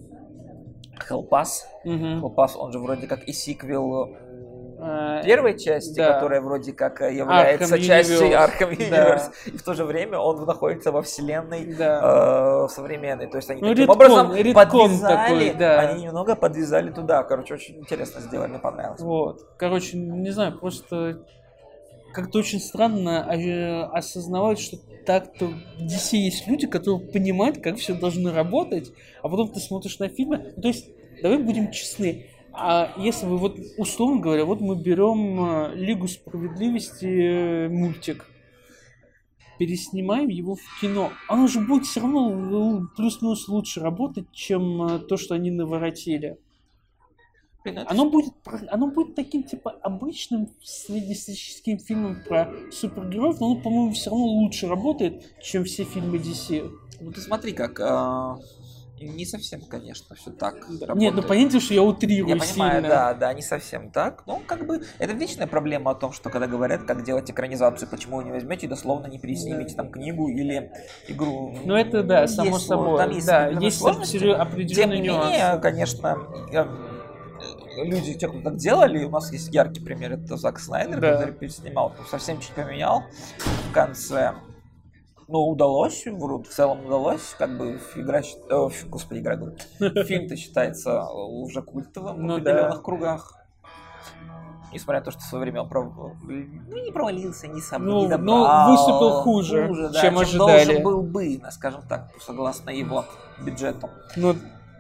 [SPEAKER 1] Хелпас,
[SPEAKER 2] Мгм.
[SPEAKER 1] Хелпас, он же вроде как и сиквел
[SPEAKER 2] А,
[SPEAKER 1] первой части,
[SPEAKER 2] да.
[SPEAKER 1] которая вроде как э, является
[SPEAKER 2] Arkham
[SPEAKER 1] частью
[SPEAKER 2] Universe.
[SPEAKER 1] Arkham
[SPEAKER 2] Да.
[SPEAKER 1] Universe, и в то же время он находится во вселенной
[SPEAKER 2] Да.
[SPEAKER 1] э, современной. То есть они
[SPEAKER 2] Ну,
[SPEAKER 1] таким
[SPEAKER 2] редкон,
[SPEAKER 1] образом
[SPEAKER 2] редкон
[SPEAKER 1] подвязали,
[SPEAKER 2] такой, да.
[SPEAKER 1] они немного подвязали туда. Короче, очень интересно сделали, мне понравилось.
[SPEAKER 2] Вот. Короче, не знаю, просто как-то очень странно э, осознавать, что так-то в ди си есть люди, которые понимают, как все должно работать, а потом ты смотришь на фильмы. Ну, то есть, давай будем честны. А если вы вот, условно говоря, вот мы берем э, Лигу Справедливости э, мультик, переснимаем его в кино, оно же будет все равно ну, плюс-минус лучше работать, чем э, то, что они наворотили.
[SPEAKER 1] Блин, это
[SPEAKER 2] Оно будет, про- оно будет таким, типа, обычным среднестатистическим фильмом про супергероев, но оно, по-моему, все равно лучше работает, чем все фильмы ди си.
[SPEAKER 1] Ну ты смотри, как э, не совсем, конечно, все так
[SPEAKER 2] Да.
[SPEAKER 1] работает.
[SPEAKER 2] Нет, ну понятно, что я утрирую
[SPEAKER 1] Я понимаю,
[SPEAKER 2] сильно.
[SPEAKER 1] да, да, не совсем так. Ну, как бы, это вечная проблема о том, что когда говорят, как делать экранизацию, почему вы не возьмете и дословно не переснимете там книгу или игру.
[SPEAKER 2] Ну это да,
[SPEAKER 1] Есть
[SPEAKER 2] само
[SPEAKER 1] вот,
[SPEAKER 2] собой.
[SPEAKER 1] там есть
[SPEAKER 2] да,
[SPEAKER 1] определенные
[SPEAKER 2] есть
[SPEAKER 1] сложности.
[SPEAKER 2] определен-
[SPEAKER 1] Тем
[SPEAKER 2] определенные
[SPEAKER 1] не
[SPEAKER 2] нюансы.
[SPEAKER 1] менее, конечно, я- люди, те, кто так делали, у нас есть яркий пример, это Зак Снайдер,
[SPEAKER 2] Да.
[SPEAKER 1] который переснимал, ну, совсем чуть поменял в конце. Ну, удалось, в в целом удалось, как бы игра, щ- э, ф- господи, игра, говорю, фильм-то считается уже культовым
[SPEAKER 2] Ну
[SPEAKER 1] в определенных
[SPEAKER 2] да.
[SPEAKER 1] кругах. Несмотря на то, что в свое время он пров- ну, не провалился, не сам
[SPEAKER 2] Ну,
[SPEAKER 1] не
[SPEAKER 2] ну,
[SPEAKER 1] добрал.
[SPEAKER 2] выступил хуже,
[SPEAKER 1] да,
[SPEAKER 2] чем ожидали.
[SPEAKER 1] должен был бы, ну, скажем так, согласно его бюджету.
[SPEAKER 2] Ну,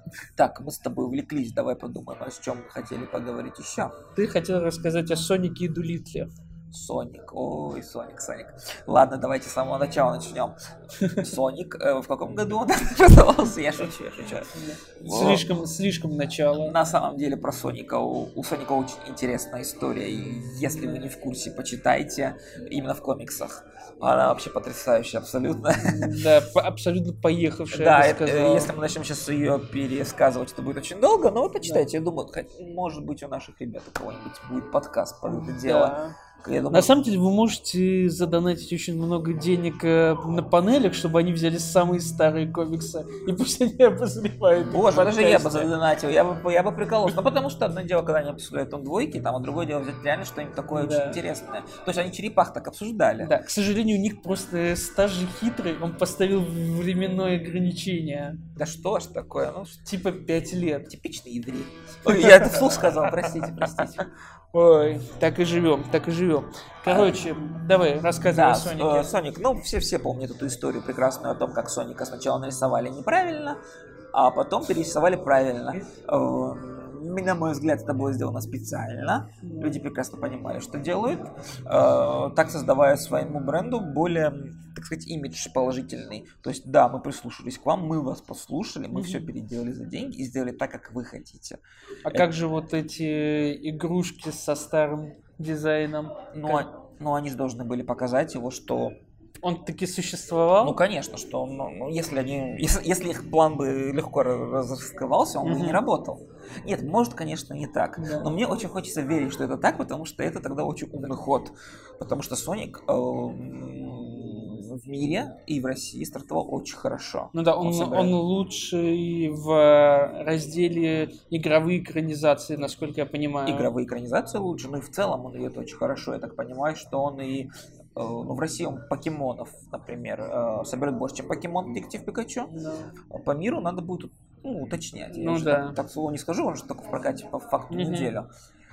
[SPEAKER 1] Так, мы с тобой увлеклись, давай подумаем, о чем мы хотели поговорить еще.
[SPEAKER 2] Ты хотел рассказать о Сонике и Дулитле.
[SPEAKER 1] Соник, ой, Соник, Соник. Ладно, давайте с самого начала начнем. Соник, э, в каком году он создавался? Я шучу, я шучу.
[SPEAKER 2] Слишком, слишком начало.
[SPEAKER 1] На самом деле про Соника, у, у Соника очень интересная история, и если вы не в курсе, почитайте именно в комиксах. Она вообще потрясающая, абсолютно.
[SPEAKER 2] Да, по- абсолютно поехавшая,
[SPEAKER 1] Да,
[SPEAKER 2] я бы
[SPEAKER 1] это,
[SPEAKER 2] сказал.
[SPEAKER 1] если мы начнем сейчас ее пересказывать, это будет очень долго, но вы почитайте, я думаю, хоть, может быть, у наших ребят у кого-нибудь будет подкаст под это дело.
[SPEAKER 2] Да.
[SPEAKER 1] Я думаю,
[SPEAKER 2] На самом деле вы можете задонатить очень много денег э, на панелях, чтобы они взяли самые старые комиксы, и пусть они обозревают. их в
[SPEAKER 1] Боже, даже я бы
[SPEAKER 2] подкасте.
[SPEAKER 1] задонатил, я бы, я бы прикололся. Ну, потому что одно дело, когда они обсуждают он двойки, там, а другое дело взять реально что-нибудь такое
[SPEAKER 2] Да.
[SPEAKER 1] очень интересное. То есть они черепах так обсуждали.
[SPEAKER 2] Да, к сожалению, у них просто стаж же хитрый, он поставил временное ограничение,
[SPEAKER 1] Да что ж такое, ну, ш-
[SPEAKER 2] типа пять лет.
[SPEAKER 1] типичный еврей. Ой, я это вслух сказал, простите, простите.
[SPEAKER 2] Ой, так и живем, так и живем. Короче, давай, рассказывай
[SPEAKER 1] Да,
[SPEAKER 2] о
[SPEAKER 1] с- э,
[SPEAKER 2] Сонике.
[SPEAKER 1] Соник, ну, все-все помнят эту историю прекрасную о том, как Соника сначала нарисовали неправильно, а потом перерисовали правильно. Э, На мой взгляд, это было сделано специально. Люди прекрасно понимали, что делают, э, так создавая своему бренду более, так сказать, имидж положительный. То есть, да, мы прислушались к вам, мы вас послушали, мы
[SPEAKER 2] Мгм.
[SPEAKER 1] все переделали за деньги и сделали так, как вы хотите.
[SPEAKER 2] А как же вот эти игрушки со старым дизайном?
[SPEAKER 1] Но,
[SPEAKER 2] Как-
[SPEAKER 1] но они же должны были показать его, что
[SPEAKER 2] Он таки существовал?
[SPEAKER 1] Ну, конечно, что ну, ну, если, они, если, если их план бы легко раз- раскрывался, он бы
[SPEAKER 2] Мгм.
[SPEAKER 1] не работал. Нет, может, конечно, не так.
[SPEAKER 2] Да.
[SPEAKER 1] Но мне очень хочется верить, что это так, потому что это тогда очень умный ход. Потому что Соник э, в мире и в России стартовал очень хорошо.
[SPEAKER 2] Ну да, он,
[SPEAKER 1] собирает-
[SPEAKER 2] он лучший в разделе игровые экранизации, насколько я понимаю.
[SPEAKER 1] Игровые экранизации лучше, ну и в целом он идет очень хорошо. Я так понимаю, что он и э, ну, в России он покемонов, например, э, собирает больше, чем покемон Детектив Пикачу.
[SPEAKER 2] Да.
[SPEAKER 1] По миру надо будет ну, уточнять. Я
[SPEAKER 2] Ну
[SPEAKER 1] уже
[SPEAKER 2] да.
[SPEAKER 1] так, так слово не скажу, он же только в прокате по факту
[SPEAKER 2] Мгм.
[SPEAKER 1] неделю.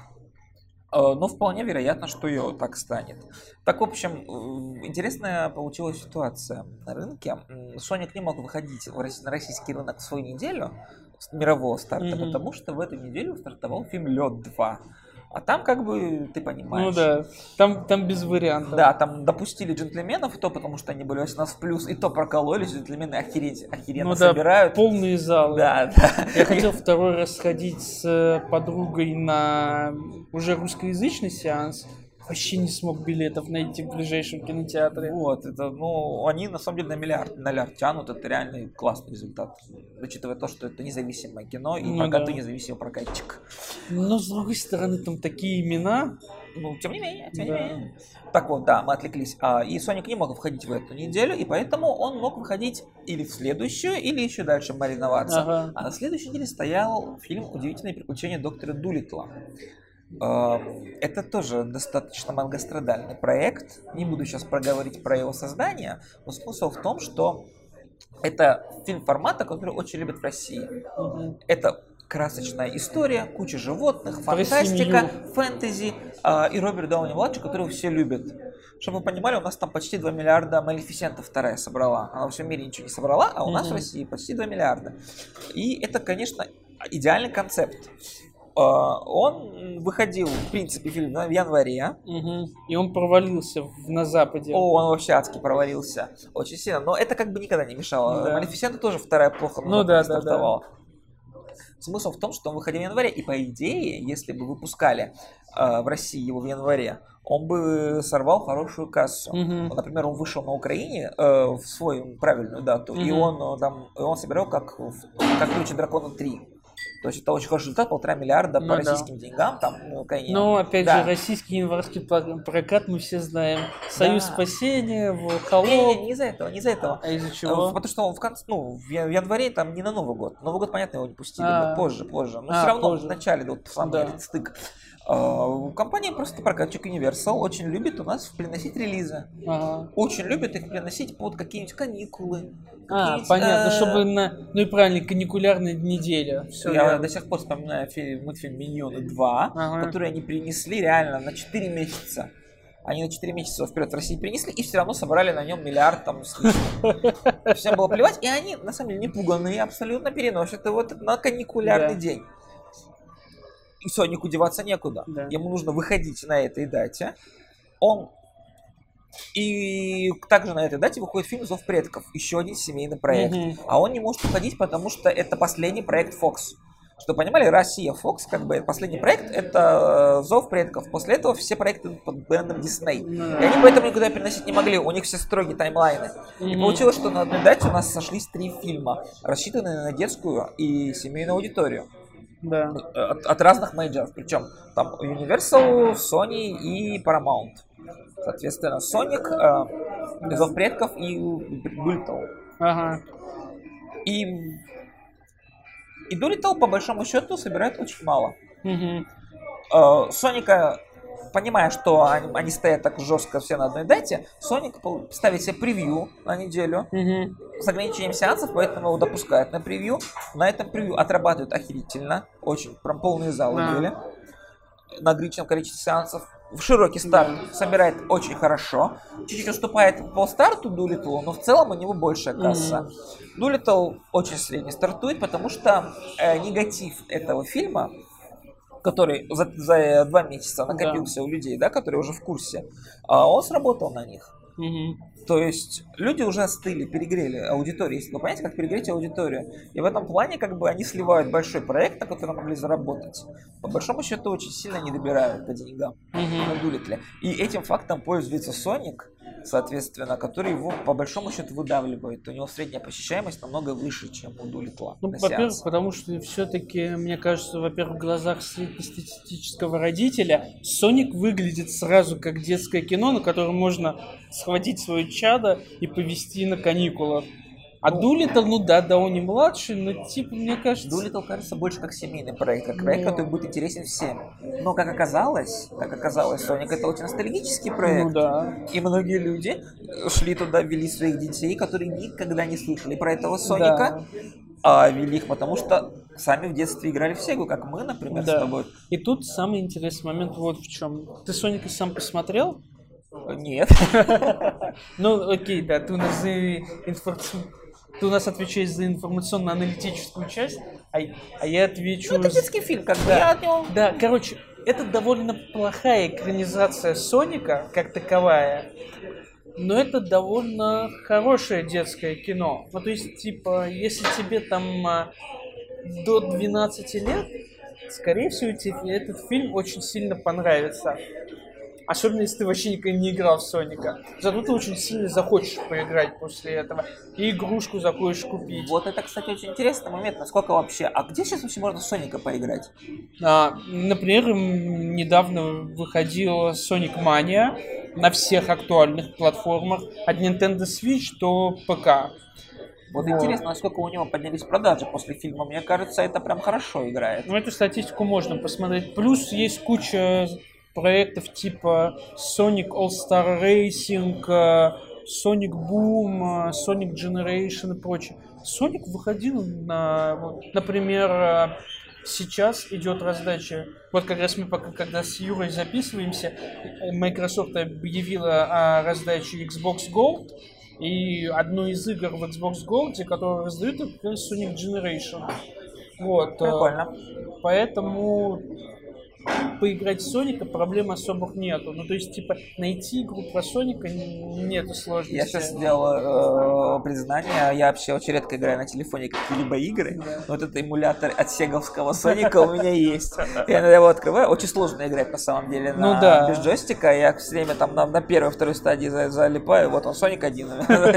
[SPEAKER 1] Э, Но вполне вероятно, что и так станет. Так, в общем, э, интересная получилась ситуация на рынке. М, Соник не мог выходить в рос- на российский рынок в свою неделю с мирового старта,
[SPEAKER 2] Мгм.
[SPEAKER 1] потому что в эту неделю стартовал фильм «Лед два». А там, как бы, ты понимаешь.
[SPEAKER 2] Ну да, там, там без вариантов.
[SPEAKER 1] Да, там допустили джентльменов, и то потому что они были восемнадцать плюс, и то прокололись, джентльмены охереть, охеренно
[SPEAKER 2] Ну да,
[SPEAKER 1] собирают.
[SPEAKER 2] полные залы.
[SPEAKER 1] Да, да.
[SPEAKER 2] Я хотел второй раз сходить с подругой на уже русскоязычный сеанс. Вообще не смог билетов найти в ближайшем кинотеатре.
[SPEAKER 1] Вот, это, ну, они на самом деле на миллиард, на миллиард тянут, это реальный классный результат, учитывая то, что это независимое кино, и
[SPEAKER 2] Ну
[SPEAKER 1] пока
[SPEAKER 2] да.
[SPEAKER 1] ты независимый прокатчик.
[SPEAKER 2] Но с другой стороны, там такие имена.
[SPEAKER 1] Ну, тем не менее, тем
[SPEAKER 2] Да.
[SPEAKER 1] не менее. Так вот, да, мы отвлеклись. А, и Соник не мог входить в эту неделю, и поэтому он мог выходить или в следующую, или еще дальше мариноваться.
[SPEAKER 2] Ага.
[SPEAKER 1] А на следующей неделе стоял фильм «Удивительные приключения доктора Дулиттла». А, Это тоже достаточно многострадальный проект. Не буду сейчас проговорить про его создание, но смысл в том, что это фильм формата, который очень любят в России.
[SPEAKER 2] Мгм.
[SPEAKER 1] Это красочная история, куча животных,
[SPEAKER 2] Про
[SPEAKER 1] фантастика,
[SPEAKER 2] семью.
[SPEAKER 1] фэнтези а, и Роберт Дауни-младший, которого все любят. Чтобы вы понимали, у нас там почти два миллиарда Малефисента вторая собрала. Она во всем мире ничего не собрала, а у нас в
[SPEAKER 2] Мгм.
[SPEAKER 1] России почти два миллиарда. И это, конечно, идеальный концепт. А, Он выходил, в принципе, фильм в январе.
[SPEAKER 2] Мгм. И он провалился в- на Западе.
[SPEAKER 1] О, он вообще адски провалился. Очень сильно. Но это как бы никогда не мешало.
[SPEAKER 2] Да.
[SPEAKER 1] Малефисента тоже вторая плохо на
[SPEAKER 2] Ну
[SPEAKER 1] Западе
[SPEAKER 2] да, да,
[SPEAKER 1] стартовала. Смысл в том, что он выходил в январе, и по идее, если бы выпускали э, в России его в январе, он бы сорвал хорошую кассу.
[SPEAKER 2] Мгм.
[SPEAKER 1] Вот, например, он вышел на Украине э, в свою правильную дату, и
[SPEAKER 2] Мгм.
[SPEAKER 1] он э, там и он собирал как, в- как «Ключи дракона три». То есть это очень хороший результат, полтора миллиарда
[SPEAKER 2] Ну
[SPEAKER 1] по
[SPEAKER 2] да.
[SPEAKER 1] российским деньгам там на Украине.
[SPEAKER 2] Но, опять
[SPEAKER 1] Да.
[SPEAKER 2] же, российский январский пла- прокат мы все знаем. Союз
[SPEAKER 1] Да.
[SPEAKER 2] спасения, в
[SPEAKER 1] Не,
[SPEAKER 2] Холоп.
[SPEAKER 1] не, не из-за этого, не из-за этого.
[SPEAKER 2] А из-за
[SPEAKER 1] Э,
[SPEAKER 2] чего?
[SPEAKER 1] Потому что он в конце, ну, в я- в январе там не на Новый год. Новый год, понятно, его не пустили,
[SPEAKER 2] А.
[SPEAKER 1] бы позже, позже. Но
[SPEAKER 2] А,
[SPEAKER 1] все равно
[SPEAKER 2] позже.
[SPEAKER 1] в начале, вот самый
[SPEAKER 2] Да.
[SPEAKER 1] этот стык. А, Компания просто прокатчик Universal очень любит у нас приносить релизы.
[SPEAKER 2] Ага.
[SPEAKER 1] Очень любит их приносить под какие-нибудь каникулы.
[SPEAKER 2] А,
[SPEAKER 1] какие-нибудь,
[SPEAKER 2] понятно,
[SPEAKER 1] э,
[SPEAKER 2] чтобы на... Ну и правильно, каникулярная неделя. Все,
[SPEAKER 1] Я до сих пор вспоминаю фильм, мультфильм «Миньоны два»,
[SPEAKER 2] Ага.
[SPEAKER 1] который они принесли реально на четыре месяца. Они на четыре месяца вперед в России перенесли и все равно собрали на нем миллиард там с лишним. Всем было плевать, и они на самом деле не пуганные, абсолютно переносят его на каникулярный
[SPEAKER 2] Да.
[SPEAKER 1] день. И Сонику деваться некуда.
[SPEAKER 2] Да.
[SPEAKER 1] Ему нужно выходить на этой дате. Он И также на этой дате выходит фильм «Зов предков», еще один семейный проект.
[SPEAKER 2] Мгм.
[SPEAKER 1] А он не может уходить, потому что это последний проект Fox. Что понимали, Россия, Fox, как бы последний проект это э, «Зов предков». После этого все проекты под брендом Disney.
[SPEAKER 2] Ну
[SPEAKER 1] И они поэтому никуда переносить не могли, у них все строгие таймлайны. И
[SPEAKER 2] Мгм.
[SPEAKER 1] получилось, что на одной дате у нас сошлись три фильма, рассчитанные на детскую и семейную аудиторию.
[SPEAKER 2] Да.
[SPEAKER 1] От, от разных мейджоров, причем там Universal, Sony и Paramount. Соответственно, Соник, э, Зов предков и Дулиттл.
[SPEAKER 2] Ага.
[SPEAKER 1] И, и Дулиттл, по большому счету, собирает очень мало.
[SPEAKER 2] Мгм.
[SPEAKER 1] Э, Соника, понимая, что они, они стоят так жестко все на одной дате, Соник пол- ставит себе превью на неделю
[SPEAKER 2] Мгм.
[SPEAKER 1] с ограничением сеансов, поэтому его допускают на превью. На этом превью отрабатывают охерительно, очень, прям полные залы
[SPEAKER 2] Да.
[SPEAKER 1] были, на ограниченном количестве сеансов. В широкий старт
[SPEAKER 2] Да.
[SPEAKER 1] собирает очень хорошо. Чуть-чуть уступает по старту Дулиттлу, но в целом у него большая касса. Дулиттл очень средний стартует, потому что э, негатив этого фильма, который за, за два месяца накопился у людей, да, которые уже в курсе, а он сработал на них.
[SPEAKER 2] Мгм.
[SPEAKER 1] То есть люди уже остыли, перегрели аудиторию. Если вы понимаете, как перегреть аудиторию. И в этом плане как бы они сливают большой проект, на который могли заработать. По большому счету очень сильно не добирают по деньгам
[SPEAKER 2] Мгм.
[SPEAKER 1] на Дулиттле. И этим фактом пользуется Соник, соответственно, который его по большому счету выдавливает. У него средняя посещаемость намного выше, чем у Дулиттла.
[SPEAKER 2] Ну,
[SPEAKER 1] на
[SPEAKER 2] во-первых,
[SPEAKER 1] сеанс.
[SPEAKER 2] потому что все-таки, мне кажется, во-первых, в глазах среднестатистического родителя Соник выглядит сразу как детское кино, на которое можно схватить свое чадо и повезти на каникулах. А
[SPEAKER 1] Ну,
[SPEAKER 2] Дулиттл, ну да, да, он не младший, но типа, мне кажется...
[SPEAKER 1] Дулиттл кажется больше как семейный проект, как проект,
[SPEAKER 2] Ну.
[SPEAKER 1] который будет интересен всем. Но как оказалось, как оказалось, Соник это очень ностальгический проект.
[SPEAKER 2] Ну да.
[SPEAKER 1] И многие люди шли туда, вели своих детей, которые никогда не слышали про этого Соника,
[SPEAKER 2] Да.
[SPEAKER 1] а вели их, потому что сами в детстве играли в Сегу, как мы, например,
[SPEAKER 2] Да.
[SPEAKER 1] с тобой.
[SPEAKER 2] И тут самый интересный момент вот в чем. Ты Соника сам посмотрел?
[SPEAKER 1] Нет.
[SPEAKER 2] Ну, окей, да, ты у нас за информацию... Ты у нас отвечаешь за информационно-аналитическую часть, а, а я отвечу...
[SPEAKER 1] Ну, это
[SPEAKER 2] за-
[SPEAKER 1] детский фильм, как бы.
[SPEAKER 2] Да.
[SPEAKER 1] Я от него...
[SPEAKER 2] Да, короче, это довольно плохая экранизация Соника, как таковая, но это довольно хорошее детское кино. Ну, то есть, типа, если тебе там а, до двенадцати лет, скорее всего, тебе этот фильм очень сильно понравится. Особенно, если ты вообще никогда не играл в Соника. Зато ты очень сильно захочешь поиграть после этого. И игрушку захочешь купить.
[SPEAKER 1] Вот это, кстати, очень интересный момент, насколько вообще... А где сейчас вообще можно в Соника поиграть?
[SPEAKER 2] А, например, м, недавно выходила Sonic Mania на всех актуальных платформах. От Nintendo Switch до ПК.
[SPEAKER 1] Вот
[SPEAKER 2] Вот.
[SPEAKER 1] интересно, насколько у него поднялись продажи после фильма. Мне кажется, это прям хорошо играет.
[SPEAKER 2] Ну, эту статистику можно посмотреть. Плюс есть куча проектов типа Sonic All-Star Racing, э, Sonic Boom, э, Sonic Generation и прочее. Sonic выходил на, вот, например, э, сейчас идет раздача. Вот как раз мы пока, когда с Юрой записываемся, э, Microsoft объявила о раздаче Xbox Gold. И одну из игр в Xbox Gold, которую раздают, это как раз Sonic Generation. Вот. э,
[SPEAKER 1] Прикольно.
[SPEAKER 2] Поэтому поиграть в Соника проблем особых нету. Ну, то есть, типа, найти игру про Соника н- нету сложности.
[SPEAKER 1] Я сейчас сделал э, признание, я вообще очень редко играю на телефоне какие-либо игры,
[SPEAKER 2] Да.
[SPEAKER 1] но вот этот эмулятор от сеговского Соника у меня есть. Я иногда его открываю, очень сложно играть на самом деле на,
[SPEAKER 2] Ну да.
[SPEAKER 1] без джойстика, я все время там на, на первой, второй стадии за- залипаю, вот он Соник один.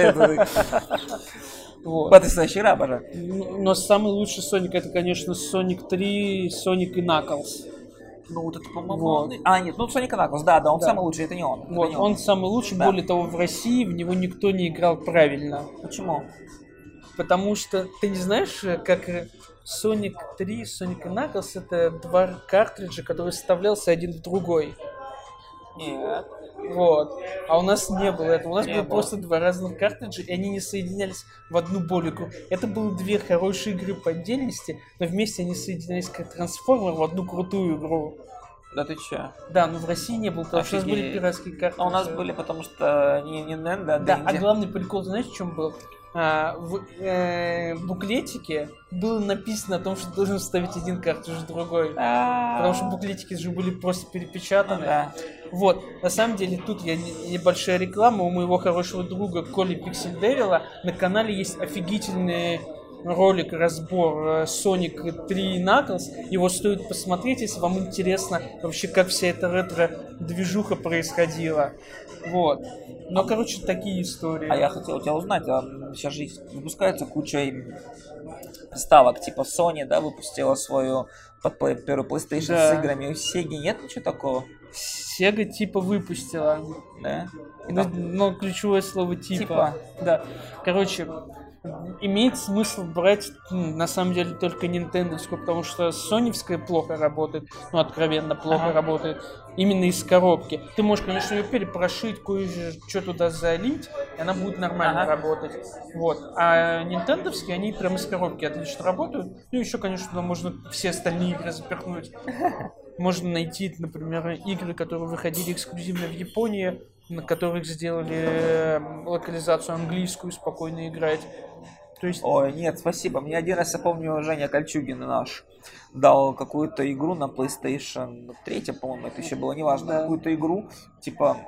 [SPEAKER 2] Вот.
[SPEAKER 1] Потрясающий раб же.
[SPEAKER 2] Н- Но самый лучший Соник это, конечно, Соник три, Соник и Knuckles.
[SPEAKER 1] Ну вот это, по-моему,
[SPEAKER 2] Вот.
[SPEAKER 1] он- А, нет, ну Соник Knuckles, да, да, он
[SPEAKER 2] Да.
[SPEAKER 1] самый лучший, это не он. это
[SPEAKER 2] Вот,
[SPEAKER 1] не
[SPEAKER 2] он самый лучший,
[SPEAKER 1] Да.
[SPEAKER 2] более того, в России в него никто не играл правильно.
[SPEAKER 1] Почему?
[SPEAKER 2] Потому что ты не знаешь, э, как э, Sonic три, Sonic и Knuckles это два картриджа, которые вставлялся один в другой.
[SPEAKER 1] Нет.
[SPEAKER 2] Вот. А у нас не было этого. У нас
[SPEAKER 1] Не
[SPEAKER 2] было
[SPEAKER 1] было.
[SPEAKER 2] просто два разных картриджа, и они не соединялись в одну более кру- Это было две хорошие игры по отдельности, но вместе они соединялись как трансформер в одну крутую игру.
[SPEAKER 1] Да ты че?
[SPEAKER 2] Да, но в России не было, потому что у нас были
[SPEAKER 1] Офигеть.
[SPEAKER 2] пиратские карты.
[SPEAKER 1] А у нас были, потому что не, не Nintendo, а
[SPEAKER 2] Да, а
[SPEAKER 1] Dendy.
[SPEAKER 2] главный прикол, знаешь, в чем был? А, в э, буклетике было написано о том, что должен вставить один картридж в другой. Потому что буклетики же были просто перепечатаны.
[SPEAKER 1] Да.
[SPEAKER 2] Вот, на самом деле, тут я не- небольшая реклама. У моего хорошего друга Коли Пиксельдевила на канале есть офигительный ролик, разбор э, Sonic три Knuckles. Его стоит посмотреть, если вам интересно вообще, как вся эта ретро-движуха происходила. Вот. Но, короче, такие истории.
[SPEAKER 1] А я хотел у тебя узнать, а сейчас же выпускается куча им ставок, типа Sony, да, выпустила свою под плей- первую PlayStation
[SPEAKER 2] Да.
[SPEAKER 1] с играми, у Sega нет ничего такого,
[SPEAKER 2] Sega типа выпустила.
[SPEAKER 1] да? И
[SPEAKER 2] Но,
[SPEAKER 1] там-
[SPEAKER 2] но ключевое слово типа.
[SPEAKER 1] Типа.
[SPEAKER 2] Да. Короче, имеет смысл брать, м, на самом деле, только нинтендовскую, потому что соневская плохо работает, ну, откровенно плохо
[SPEAKER 1] Ага.
[SPEAKER 2] работает, именно из коробки. Ты можешь, конечно, ее перепрошить, кое-что туда залить, и она будет нормально
[SPEAKER 1] Ага.
[SPEAKER 2] работать. Вот. А нинтендовские, они прям из коробки отлично работают. Ну, еще, конечно, туда можно все остальные игры запихнуть. Можно найти, например, игры, которые выходили эксклюзивно в Японии, на которых сделали э, локализацию английскую, спокойно играть. То есть,
[SPEAKER 1] Ой, нет, спасибо. Мне один раз, я помню, Женя Кольчугин наш дал какую-то игру на PlayStation три, по-моему, это еще было неважно,
[SPEAKER 2] Да.
[SPEAKER 1] какую-то игру, типа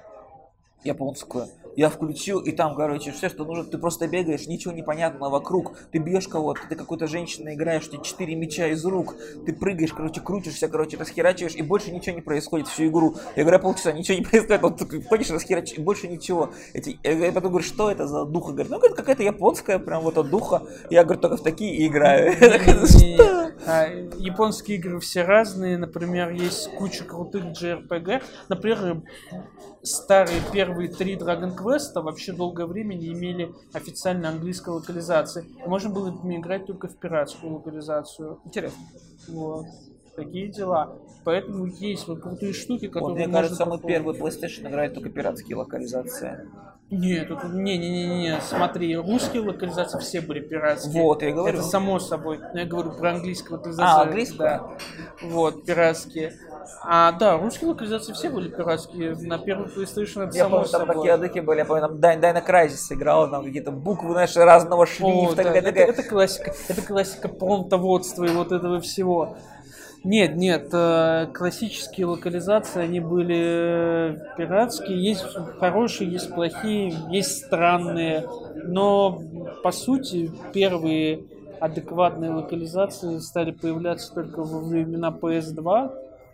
[SPEAKER 1] японскую. Я включил, и там, короче, все, что нужно, ты просто бегаешь, ничего не понятно вокруг, ты бьешь кого-то, ты какой-то женщиной играешь, у тебя четыре мяча из рук, ты прыгаешь, короче, крутишься, короче, расхерачиваешь, и больше ничего не происходит всю игру. Я говорю, полчаса, ничего не происходит, вот ты ходишь, расхерачиваешь, и больше ничего. Эти, я потом говорю, что это за духа? Говорит, ну, говорит, какая-то японская, прям вот от духа. Я, говорю, только в такие и играю.
[SPEAKER 2] Не-не-не. А, японские игры все разные, например, есть куча крутых джей ар пи джи. Например, старые первые три Dragon Quest вообще долгое время не имели официальной английской локализации. Можно было ими играть только в пиратскую локализацию.
[SPEAKER 1] Интересно.
[SPEAKER 2] Вот. Такие дела. Поэтому есть вот крутые штуки, которые
[SPEAKER 1] Вот, мне
[SPEAKER 2] можно
[SPEAKER 1] кажется, мы
[SPEAKER 2] попробовать.
[SPEAKER 1] первый PlayStation играет только пиратские локализации.
[SPEAKER 2] Нет, это, не, не, не, не, смотри, русские локализации все были пиратские.
[SPEAKER 1] Вот, я говорю.
[SPEAKER 2] Это само собой. Но я говорю про английскую локализацию.
[SPEAKER 1] А, английскую?
[SPEAKER 2] Да. Вот, пиратские. А, да, русские локализации все были пиратские. На первый PlayStation это
[SPEAKER 1] Я
[SPEAKER 2] само
[SPEAKER 1] помню, там
[SPEAKER 2] собой.
[SPEAKER 1] такие адыки были, я помню, там Дай- Дайна Крайзис играл, там какие-то буквы, знаешь, разного
[SPEAKER 2] О,
[SPEAKER 1] шрифта.
[SPEAKER 2] да,
[SPEAKER 1] такая-
[SPEAKER 2] это,
[SPEAKER 1] такая-
[SPEAKER 2] это классика. Это классика промптоводства и вот этого всего. Нет, нет, э, классические локализации, они были э, пиратские, есть хорошие, есть плохие, есть странные, но по сути первые адекватные локализации стали появляться только во времена пи эс два,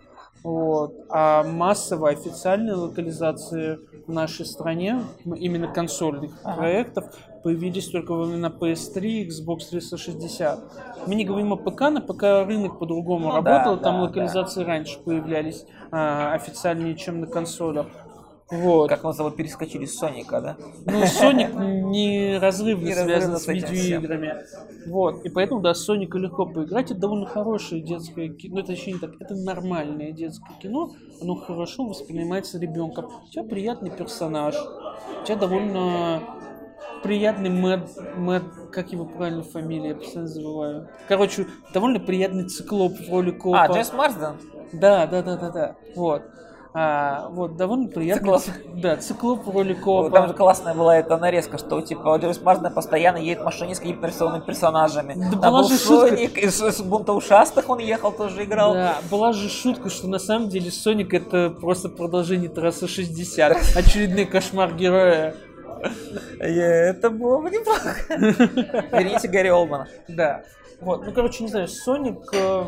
[SPEAKER 2] вот, а массово официальные локализации в нашей стране, м, именно консольных
[SPEAKER 1] Ага.
[SPEAKER 2] проектов, появились только во времена пи эс три, Xbox триста шестьдесят. Мы не говорим о ПК, на ПК рынок по-другому
[SPEAKER 1] Ну
[SPEAKER 2] работал,
[SPEAKER 1] да,
[SPEAKER 2] там
[SPEAKER 1] да,
[SPEAKER 2] локализации раньше появлялись а, официальнее, чем на консолях. Вот.
[SPEAKER 1] Как мы с тобой перескочили с Соника, да?
[SPEAKER 2] Ну, Sonic неразрывно
[SPEAKER 1] Неразрывно
[SPEAKER 2] связан
[SPEAKER 1] с
[SPEAKER 2] с
[SPEAKER 1] этим
[SPEAKER 2] видеоиграми. Вот. И поэтому, да, с Соника легко поиграть. Это довольно хорошее детское кино. Ну, точнее не так, это нормальное детское кино. Оно хорошо воспринимается ребенком. У тебя приятный персонаж. У тебя довольно приятный Мэд... Мэд... Как его правильно фамилия? Я постоянно забываю. Короче, довольно приятный циклоп в роли копа.
[SPEAKER 1] А, Джеймс Марсден?
[SPEAKER 2] Да, да, да, да, да. Вот. А, вот, довольно приятный
[SPEAKER 1] Циклоп.
[SPEAKER 2] цик- Да, циклоп в роли копа.
[SPEAKER 1] Там же классная была эта нарезка, что типа Джеймс Марсден постоянно едет в машине с какими-то нарисованными персонажами.
[SPEAKER 2] Да
[SPEAKER 1] Там
[SPEAKER 2] была
[SPEAKER 1] был
[SPEAKER 2] же шутка.
[SPEAKER 1] Соник, из, из бунта ушастых он ехал, тоже играл.
[SPEAKER 2] Да, была же шутка, что на самом деле Соник это просто продолжение трассы шестьдесят. Очередной кошмар героя.
[SPEAKER 1] Э, Это было бы неплохо. Верните Гарри Олдмана.
[SPEAKER 2] Да. Вот, ну короче, не знаю, Соник... э,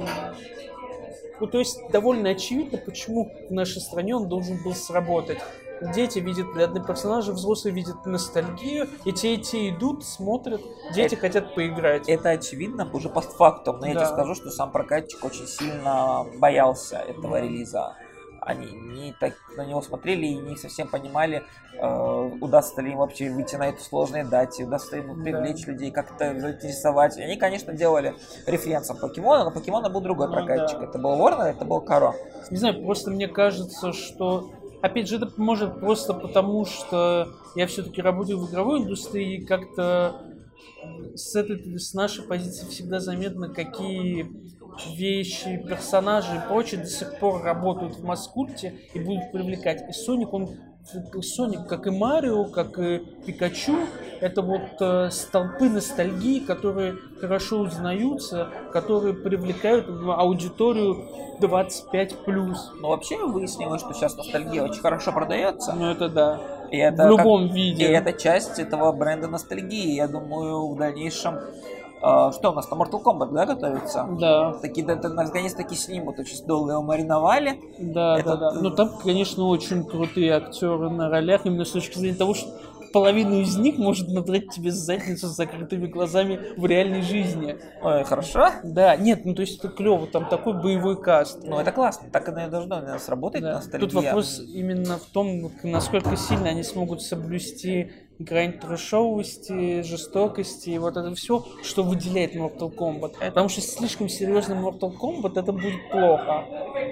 [SPEAKER 2] Ну, то есть, довольно очевидно, почему в нашей стране он должен был сработать. Дети видят приятные персонажи, взрослые видят ностальгию, и те, и те идут, смотрят, дети
[SPEAKER 1] Это-
[SPEAKER 2] хотят поиграть.
[SPEAKER 1] Это очевидно уже постфактум, но я
[SPEAKER 2] Да.
[SPEAKER 1] тебе скажу, что сам прокатчик очень сильно боялся этого релиза. Они не так на него смотрели и не совсем понимали, э, удастся ли им вообще выйти на эту сложную дате, удастся ли им привлечь людей, как-то заинтересовать. И они, конечно, делали референсом Покемона, но Покемона был другой
[SPEAKER 2] Ну
[SPEAKER 1] прокатчик.
[SPEAKER 2] да.
[SPEAKER 1] Это был Warner, это был Каро.
[SPEAKER 2] Не знаю, просто мне кажется, что... Опять же, это может просто потому, что я все-таки работаю в игровой индустрии, и как-то с, этой, с нашей позиции всегда заметно, какие вещи, персонажи и прочее до сих пор работают в масс-культе и будут привлекать. И Соник, он Соник, как и Марио, как и Пикачу, это вот э, столпы ностальгии, которые хорошо узнаются, которые привлекают аудиторию двадцать пять плюс.
[SPEAKER 1] Ну, вообще выяснилось, что сейчас ностальгия очень хорошо продается.
[SPEAKER 2] Ну, это да.
[SPEAKER 1] И это
[SPEAKER 2] в любом
[SPEAKER 1] как...
[SPEAKER 2] виде.
[SPEAKER 1] И это часть этого бренда ностальгии. Я думаю, в дальнейшем... Uh, что у нас там, Mortal Kombat, да, готовится?
[SPEAKER 2] Да.
[SPEAKER 1] Такие, да, наконец таки снимут, очень долго его мариновали.
[SPEAKER 2] Да,
[SPEAKER 1] Этот...
[SPEAKER 2] да, да. Ну там, конечно, очень крутые актеры на ролях, именно с точки зрения того, что половину из них может надрать тебе задницу с закрытыми глазами в реальной жизни.
[SPEAKER 1] Ой, хорошо.
[SPEAKER 2] Да, нет, ну то есть это клево, там такой боевой каст.
[SPEAKER 1] Ну это классно, так оно и должно у нас работать,
[SPEAKER 2] да.
[SPEAKER 1] ностальгия.
[SPEAKER 2] Тут вопрос именно в том, насколько сильно они смогут соблюсти грань трэшовости, жестокости и вот это все, что выделяет Mortal Kombat. Потому что слишком серьезный Mortal Kombat это будет плохо.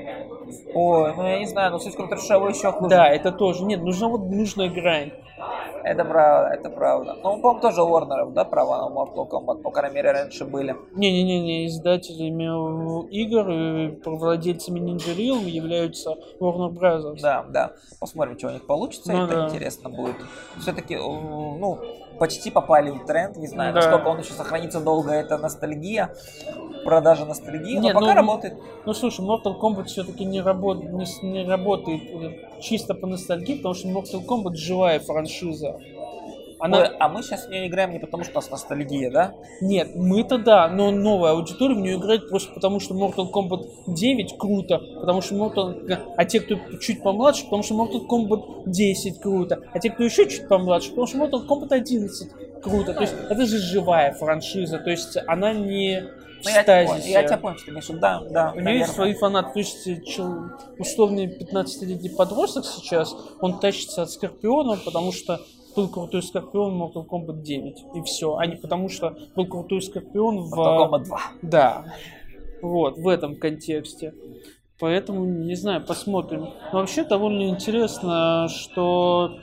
[SPEAKER 1] Ой, ну я не знаю, но слишком трэшовый еще хуже.
[SPEAKER 2] Да, это тоже. Нет, нужна вот нужная грань.
[SPEAKER 1] Это правда, это правда. Ну, по-моему, тоже у Warner'ов, да, права на Mortal Kombat, по крайней мере, раньше были.
[SPEAKER 2] Не-не-не, издателями игр и владельцами Ninja Realm являются Warner Bros.
[SPEAKER 1] Да, да. Посмотрим, что у них получится,
[SPEAKER 2] ну,
[SPEAKER 1] это
[SPEAKER 2] да.
[SPEAKER 1] интересно будет. Все-таки, ну, почти попали в тренд, не знаю,
[SPEAKER 2] да.
[SPEAKER 1] насколько он еще сохранится долго, это ностальгия, продажа ностальгии,
[SPEAKER 2] не,
[SPEAKER 1] но пока
[SPEAKER 2] ну,
[SPEAKER 1] работает.
[SPEAKER 2] Ну, слушай, Mortal Kombat все-таки не, работ... не, не работает чисто по ностальгии, потому что Mortal Kombat живая франшиза.
[SPEAKER 1] Она... Ой, а мы сейчас в нее играем не потому, что у нас ностальгия, да?
[SPEAKER 2] Нет, мы-то да, но новая аудитория в нее играет просто потому, что Mortal Kombat девять круто, потому что Mortal... А те, кто чуть помладше, потому что Mortal Kombat десять круто, а те, кто еще чуть помладше, потому что Mortal Kombat одиннадцать круто. То есть это же живая франшиза, то есть она не...
[SPEAKER 1] Ну, я, тебя понял, я тебя понял, что ты имеешь в виду, да, да.
[SPEAKER 2] У нее есть свои фанаты, то есть чел, условный пятнадцатилетний подросток сейчас, он тащится от Скорпиона, потому что был крутой Скорпион в Mortal Kombat девять, и все, а не потому что был крутой Скорпион в...
[SPEAKER 1] Mortal Kombat два.
[SPEAKER 2] Да, вот, в этом контексте. Поэтому, не знаю, посмотрим. Но вообще довольно интересно, что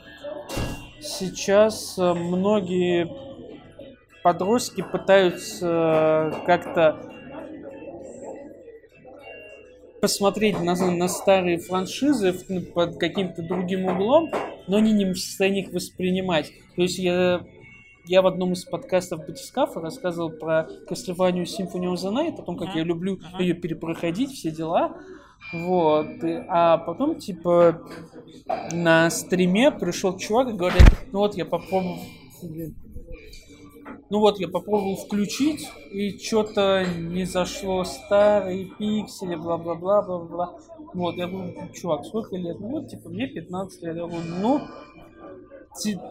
[SPEAKER 2] сейчас многие... подростки пытаются как-то посмотреть на, на старые франшизы под каким-то другим углом, но они не в состоянии их воспринимать. То есть я, я в одном из подкастов Батискафа рассказывал про Castlevania Symphony of the Night, о том, как uh-huh. я люблю uh-huh. ее перепроходить, все дела. Вот. А потом, типа, на стриме пришел чувак и говорит, ну вот я попробовал... Ну вот, я попробовал включить, и что-то не зашло, старые пиксели, бла-бла-бла, бла-бла. Вот, я говорю, чувак, сколько лет? Ну вот, типа, мне пятнадцать лет. Я говорю, ну, ты,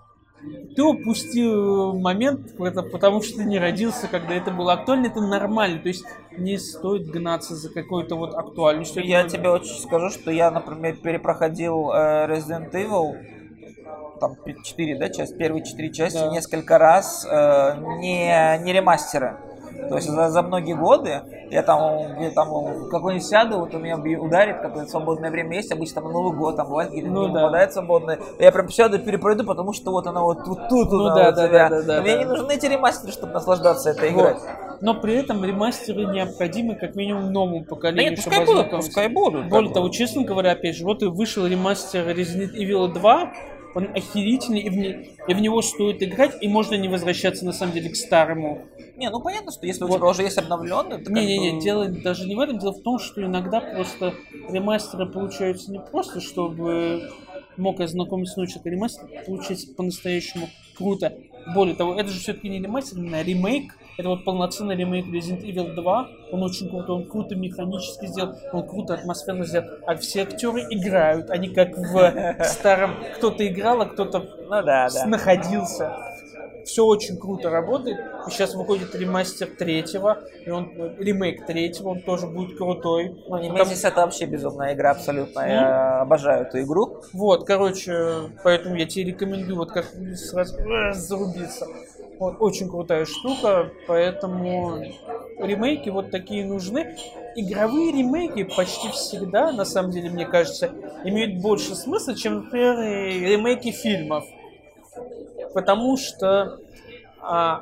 [SPEAKER 2] ты упустил момент, это потому что ты не родился, когда это было актуально, это нормально. То есть не стоит гнаться за какой-то вот актуальностью.
[SPEAKER 1] Я тебе очень скажу, что я, например, перепроходил э, Resident Evil, там четыре, да, часть, первые четыре части, да. несколько раз, э, не, не ремастеры. То есть за, за многие годы я там, я там какой-нибудь сяду, вот у меня ударит, какое-то свободное время есть, обычно там Новый год, там бывает, какие-то ну, дни да. выпадает свободное. Я прям сяду и перепройду, потому что вот она вот тут, тут,
[SPEAKER 2] ну,
[SPEAKER 1] она
[SPEAKER 2] да,
[SPEAKER 1] вот
[SPEAKER 2] да,
[SPEAKER 1] тебя.
[SPEAKER 2] Да, да,
[SPEAKER 1] Мне
[SPEAKER 2] да,
[SPEAKER 1] не
[SPEAKER 2] да.
[SPEAKER 1] нужны эти ремастеры, чтобы наслаждаться этой игрой. Вот.
[SPEAKER 2] Но при этом ремастеры необходимы как минимум новому поколению.
[SPEAKER 1] Да нет, пускай будут, пускай будут.
[SPEAKER 2] Более того, честно говоря, опять же, вот и вышел ремастер Resident Evil два, он охерительный, и в, не, и в него стоит играть, и можно не возвращаться, на самом деле, к старому.
[SPEAKER 1] Не, ну понятно, что если вот. у тебя уже есть обновленный, то
[SPEAKER 2] Не-не-не,
[SPEAKER 1] бы...
[SPEAKER 2] дело даже не в этом, дело в том, что иногда просто ремастеры получаются не просто, чтобы мог ознакомиться с ночью, а ремастер получается по-настоящему круто. Более того, это же все-таки не ремастер, а ремейк. Это вот полноценный ремейк Resident Evil два. Он очень круто, он круто механически сделан, он круто атмосферно сделан. А все актеры играют, они как в старом... Кто-то играл, а кто-то
[SPEAKER 1] ну, да, да.
[SPEAKER 2] находился. Все очень круто работает. И сейчас выходит ремастер третьего, и он ремейк третьего, он тоже будет крутой.
[SPEAKER 1] Ну, Nemesis Там... это вообще безумная игра абсолютно. Mm-hmm. Я обожаю эту игру.
[SPEAKER 2] Вот, короче, поэтому я тебе рекомендую вот как сразу зарубиться. Вот, очень крутая штука, поэтому ремейки вот такие нужны. Игровые ремейки почти всегда, на самом деле, мне кажется, имеют больше смысла, чем, например, ремейки фильмов. Потому что а,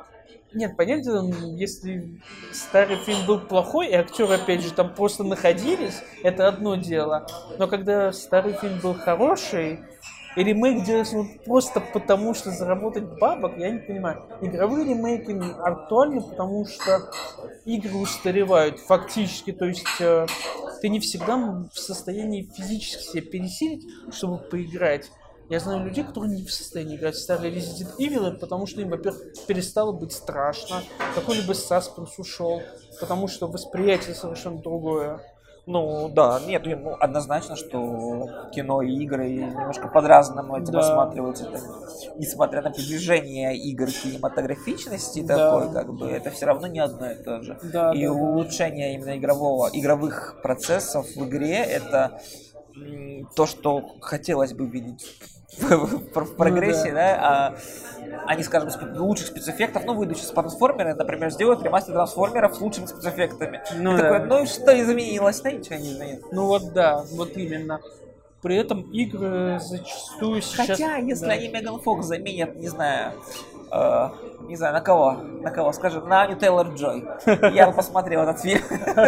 [SPEAKER 2] Нет, понятно, если старый фильм был плохой, и актеры, опять же, там просто находились, это одно дело. Но когда старый фильм был хороший, и ремейк делается вот просто потому, что заработать бабок, я не понимаю. Игровые ремейки актуальны, потому что игры устаревают фактически. То есть э, ты не всегда в состоянии физически себя пересилить, чтобы поиграть. Я знаю людей, которые не в состоянии играть в старые Resident Evil, потому что им, во-первых, перестало быть страшно, какой-либо саспенс ушел, потому что восприятие совершенно другое.
[SPEAKER 1] Ну, да, нет, ну, однозначно, что кино и игры немножко по-разному этим
[SPEAKER 2] Да.
[SPEAKER 1] рассматриваются. Это, несмотря на приближение игр к кинематографичности,
[SPEAKER 2] Да.
[SPEAKER 1] такой, как бы, это все равно не одно и то же.
[SPEAKER 2] Да,
[SPEAKER 1] и
[SPEAKER 2] да, да.
[SPEAKER 1] улучшение именно игрового, игровых процессов в игре, это м, то, что хотелось бы видеть в, в- в прогрессе,
[SPEAKER 2] Ну
[SPEAKER 1] да, а они, скажем, спе- лучших спецэффектов, ну, выйдут сейчас трансформеры, например, сделают ремастер трансформеров с лучшими спецэффектами.
[SPEAKER 2] Ну
[SPEAKER 1] И
[SPEAKER 2] да.
[SPEAKER 1] такой, ну и что изменилось? Да ничего не изменилось.
[SPEAKER 2] Ну вот да, вот именно. При этом игры зачастую сейчас...
[SPEAKER 1] Хотя, если
[SPEAKER 2] да.
[SPEAKER 1] они Меган Фокс заменят, не знаю, э, не знаю, на кого, на кого, скажем, на Аню Тейлор-Джой, я бы посмотрел этот фильм.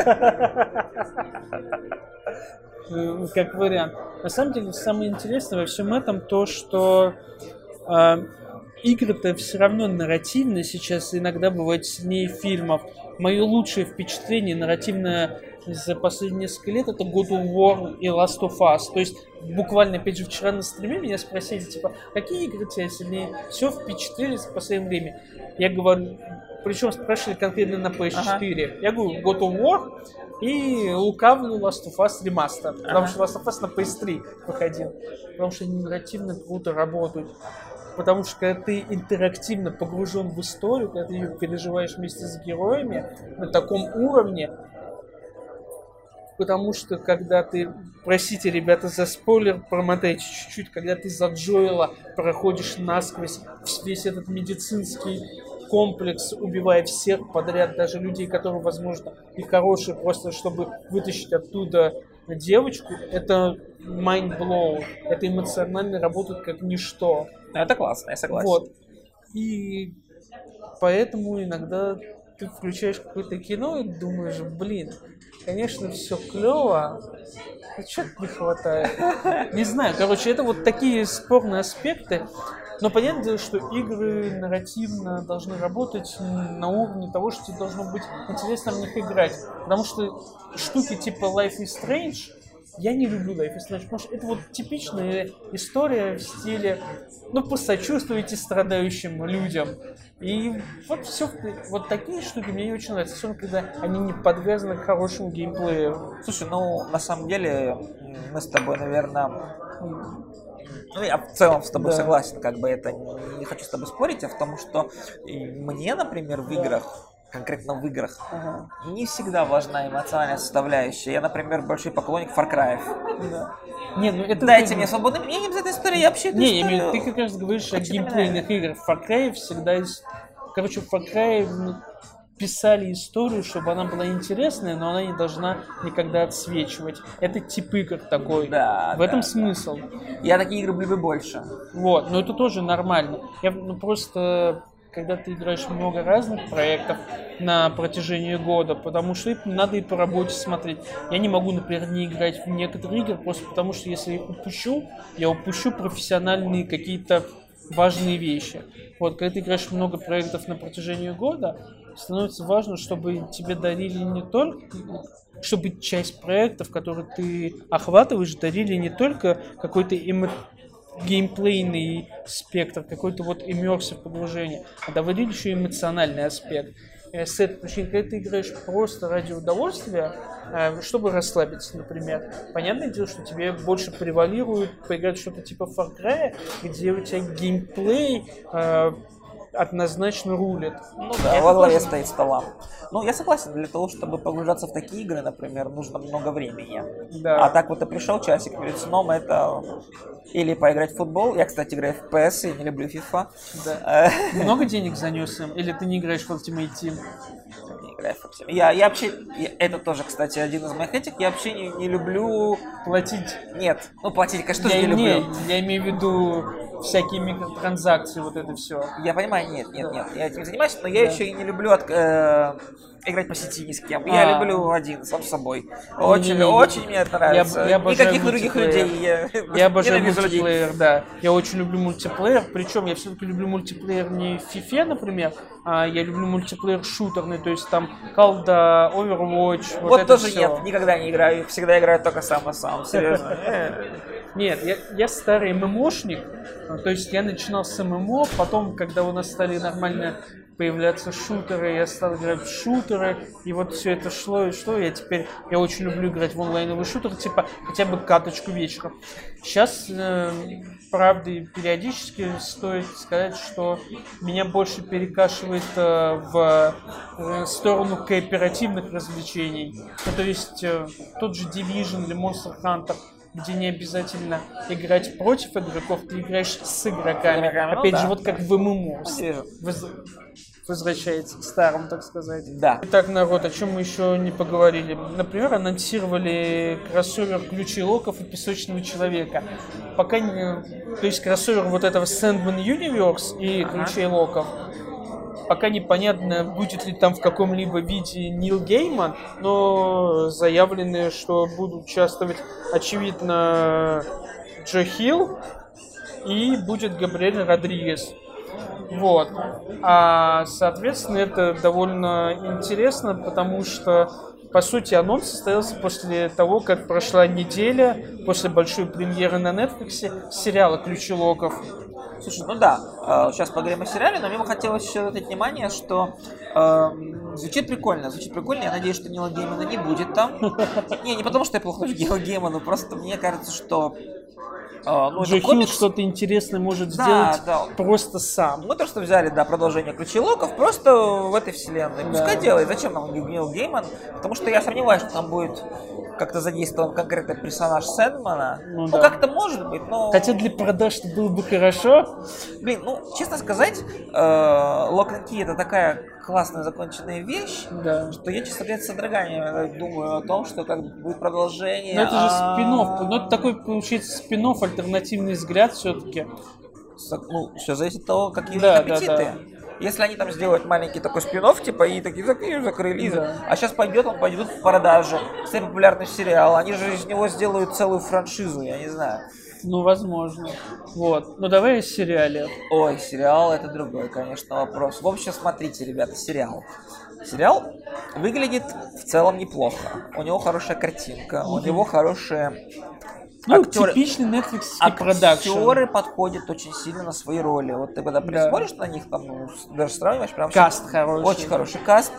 [SPEAKER 2] э, как вариант. На самом деле, самое интересное во всем этом то, что э, игры-то все равно нарративно сейчас иногда бывают сильнее фильмов. Мое лучшее впечатление нарративное за последние несколько лет это God of War и Last of Us. То есть буквально, опять же, вчера на стриме меня спросили, типа, какие игры тебя сильнее всего впечатлили в последнее время? Я говорю, причем спрашивали конкретно на пи эс четыре. Я говорю, God of War и лукавлю Last of Us ремастер. Потому
[SPEAKER 1] Ага.
[SPEAKER 2] что Last of Us на пи эс три выходил. Потому что они нарративно круто работают. Потому что когда ты интерактивно погружен в историю, когда ты ее переживаешь вместе с героями на таком уровне, потому что когда ты, простите, ребята, за спойлер, промотайте чуть-чуть, когда ты за Джоэла проходишь насквозь весь этот медицинский комплекс, убивая всех подряд, даже людей, которые, возможно, и хорошие, просто чтобы вытащить оттуда девочку, это mind blow, это эмоционально работает как ничто.
[SPEAKER 1] Ну, это классно, я согласен.
[SPEAKER 2] Вот. И поэтому иногда ты включаешь какое-то кино и думаешь, блин, конечно, все клево, а что-то не хватает. Не знаю, короче, это вот такие спорные аспекты. Но понятное дело, что игры нарративно должны работать на уровне того, что тебе должно быть интересно в них играть. Потому что штуки типа Life is Strange, я не люблю Life is Strange, потому что это вот типичная история в стиле, ну, посочувствуйте страдающим людям. И вот все, вот такие штуки мне не очень нравятся, особенно когда они не подвязаны к хорошему геймплею.
[SPEAKER 1] Слушай, ну, на самом деле, мы с тобой, наверное, ну, я в целом с тобой
[SPEAKER 2] Да.
[SPEAKER 1] согласен, как бы это, не, не хочу с тобой спорить, а в том, что и мне, например, в играх, конкретно в играх,
[SPEAKER 2] Ага.
[SPEAKER 1] не всегда важна эмоциональная составляющая. Я, например, большой поклонник Far Cry.
[SPEAKER 2] Да. Не, ну это
[SPEAKER 1] Дайте
[SPEAKER 2] ты-
[SPEAKER 1] мне свободный мнение за эту историю, я вообще эту
[SPEAKER 2] Не, я
[SPEAKER 1] историю-
[SPEAKER 2] имею в виду, ты как раз говоришь о
[SPEAKER 1] Очень
[SPEAKER 2] геймплейных играх. В Far Cry всегда есть... Короче, в Far Cry ну, писали историю, чтобы она была интересная, но она не должна никогда отсвечивать. Это тип игр такой.
[SPEAKER 1] Да,
[SPEAKER 2] В этом
[SPEAKER 1] да,
[SPEAKER 2] смысл.
[SPEAKER 1] Я такие игры люблю больше.
[SPEAKER 2] Вот, но это тоже нормально. Я ну, просто, когда ты играешь много разных проектов на протяжении года, потому что их надо и по работе смотреть. Я не могу, например, не играть в некоторые игры, просто потому что если я их упущу, я упущу профессиональные какие-то важные вещи. Вот, когда ты играешь в много проектов на протяжении года, становится важно, чтобы тебе дарили не только... чтобы часть проектов, которые ты охватываешь, дарили не только какой-то эмо... геймплейный спектр, какой-то вот immersive погружение, а дарили еще и эмоциональный аспект. Э, С этой причины, когда ты играешь просто ради удовольствия, э, чтобы расслабиться, например, понятное дело, что тебе больше превалирует поиграть в что-то типа Far Cry, где у тебя геймплей э, однозначно рулит.
[SPEAKER 1] Ну да,
[SPEAKER 2] Это
[SPEAKER 1] во главе
[SPEAKER 2] тоже-
[SPEAKER 1] стоит стола. Ну, я согласен, для того, чтобы погружаться в такие игры, например, нужно много времени.
[SPEAKER 2] Да.
[SPEAKER 1] А так вот ты пришел часик перед сном, это или поиграть в футбол. Я, кстати, играю в пи эс, я не люблю FIFA.
[SPEAKER 2] Да.
[SPEAKER 1] Э,
[SPEAKER 2] Много денег занес им? Или ты не играешь в Ultimate Team?
[SPEAKER 1] не играю в Ultimate. Я, я вообще, я- это тоже, кстати, один из моих этих, я вообще не, не люблю...
[SPEAKER 2] Платить?
[SPEAKER 1] Нет, ну платить, конечно,
[SPEAKER 2] Я,
[SPEAKER 1] тоже не
[SPEAKER 2] не,
[SPEAKER 1] люблю.
[SPEAKER 2] я имею в виду всякие микротранзакции, вот это все.
[SPEAKER 1] Я понимаю, нет, нет, нет, я этим занимаюсь, но я да. еще и не люблю от, э, играть по сети ни с кем. Я а. люблю один, сам собой. Очень, не, очень не, мне это нравится. Я, я Никаких других людей. Я,
[SPEAKER 2] я обожаю мультиплеер, людей. Да. Я очень люблю мультиплеер, причем я все-таки люблю мультиплеер не в FIFA, например, а я люблю мультиплеер шутерный, то есть там Колда, Overwatch, вот,
[SPEAKER 1] вот
[SPEAKER 2] это
[SPEAKER 1] тоже
[SPEAKER 2] все.
[SPEAKER 1] Нет, никогда не играю, всегда играю только сам на сам, серьезно.
[SPEAKER 2] Нет, я, я старый ММОшник, то есть я начинал с ММО, потом, когда у нас стали нормально появляться шутеры, я стал играть в шутеры, и вот все это шло и шло, я теперь, я очень люблю играть в онлайновый шутер, типа хотя бы каточку вечером. Сейчас, э, правда, периодически стоит сказать, что меня больше перекашивает э, в э, сторону кооперативных развлечений, ну, то есть э, тот же Division или Monster Hunter, где не обязательно играть против игроков, ты играешь с игроками. игроками Опять ну, же, да, вот да. как в ММО. Воз... Возвращается к старому, так сказать.
[SPEAKER 1] Да.
[SPEAKER 2] Итак, народ, о чем мы еще не поговорили. Например, анонсировали кроссовер Ключей Локов и Песочного Человека. Пока не... То есть кроссовер вот этого Sandman Universe и ага. Ключей Локов. Пока непонятно, будет ли там в каком-либо виде Нил Гейман, но заявлены, что будут участвовать, очевидно, Джо Хилл и будет Габриэль Родригес. Вот. А, соответственно, это довольно интересно, потому что, по сути, анонс состоялся после того, как прошла неделя, после большой премьеры на Netflix сериала «Ключи Локов».
[SPEAKER 1] Слушай, ну да, сейчас поговорим о сериале, но мне бы хотелось еще обратить внимание, что э, звучит прикольно, звучит прикольно, я надеюсь, что Нила Геймана не будет там. Не, не потому, что я плохо люблю Нила Геймана, просто мне кажется, что...
[SPEAKER 2] Uh, ну, Джо Хилл что-то интересное может да, сделать да. просто сам.
[SPEAKER 1] Мы то, что взяли, да, продолжение Ключей Локов, просто в этой вселенной. Пускай да. делает. Зачем нам Нил Гейман? Потому что я сомневаюсь, что там будет как-то задействован конкретный персонаж Сэндмана. Ну, ну да. как-то может быть, но...
[SPEAKER 2] Хотя для продаж это было бы хорошо.
[SPEAKER 1] Блин, ну, честно сказать, Lock and Key это такая классная законченная вещь, да. что я, честно говоря, с содроганием думаю о том, что как будет продолжение.
[SPEAKER 2] Но это же спин-офф. Ну, это такой, получается, спин-офф, альтернативный взгляд все-таки.
[SPEAKER 1] Ну, все зависит от того, какие
[SPEAKER 2] да,
[SPEAKER 1] аппетиты.
[SPEAKER 2] Да, да.
[SPEAKER 1] Если они там сделают маленький такой спин-офф, типа, и такие закрыли, да. а сейчас пойдет, он пойдет в продажу, самый популярный сериал, они же из него сделают целую франшизу, я не знаю.
[SPEAKER 2] Ну, возможно. Вот. Ну, давай о сериале.
[SPEAKER 1] Ой, сериал это другой, конечно, вопрос. В общем, смотрите, ребята, сериал. Сериал выглядит в целом неплохо. У него хорошая картинка, mm-hmm. у него хорошие...
[SPEAKER 2] Ну, актеры, типичный Netflix продакшн.
[SPEAKER 1] Актеры подходят очень сильно на свои роли. Вот ты когда да. смотришь на них, там, ну, даже сравниваешь, прям
[SPEAKER 2] каст хороший.
[SPEAKER 1] Очень хороший каст.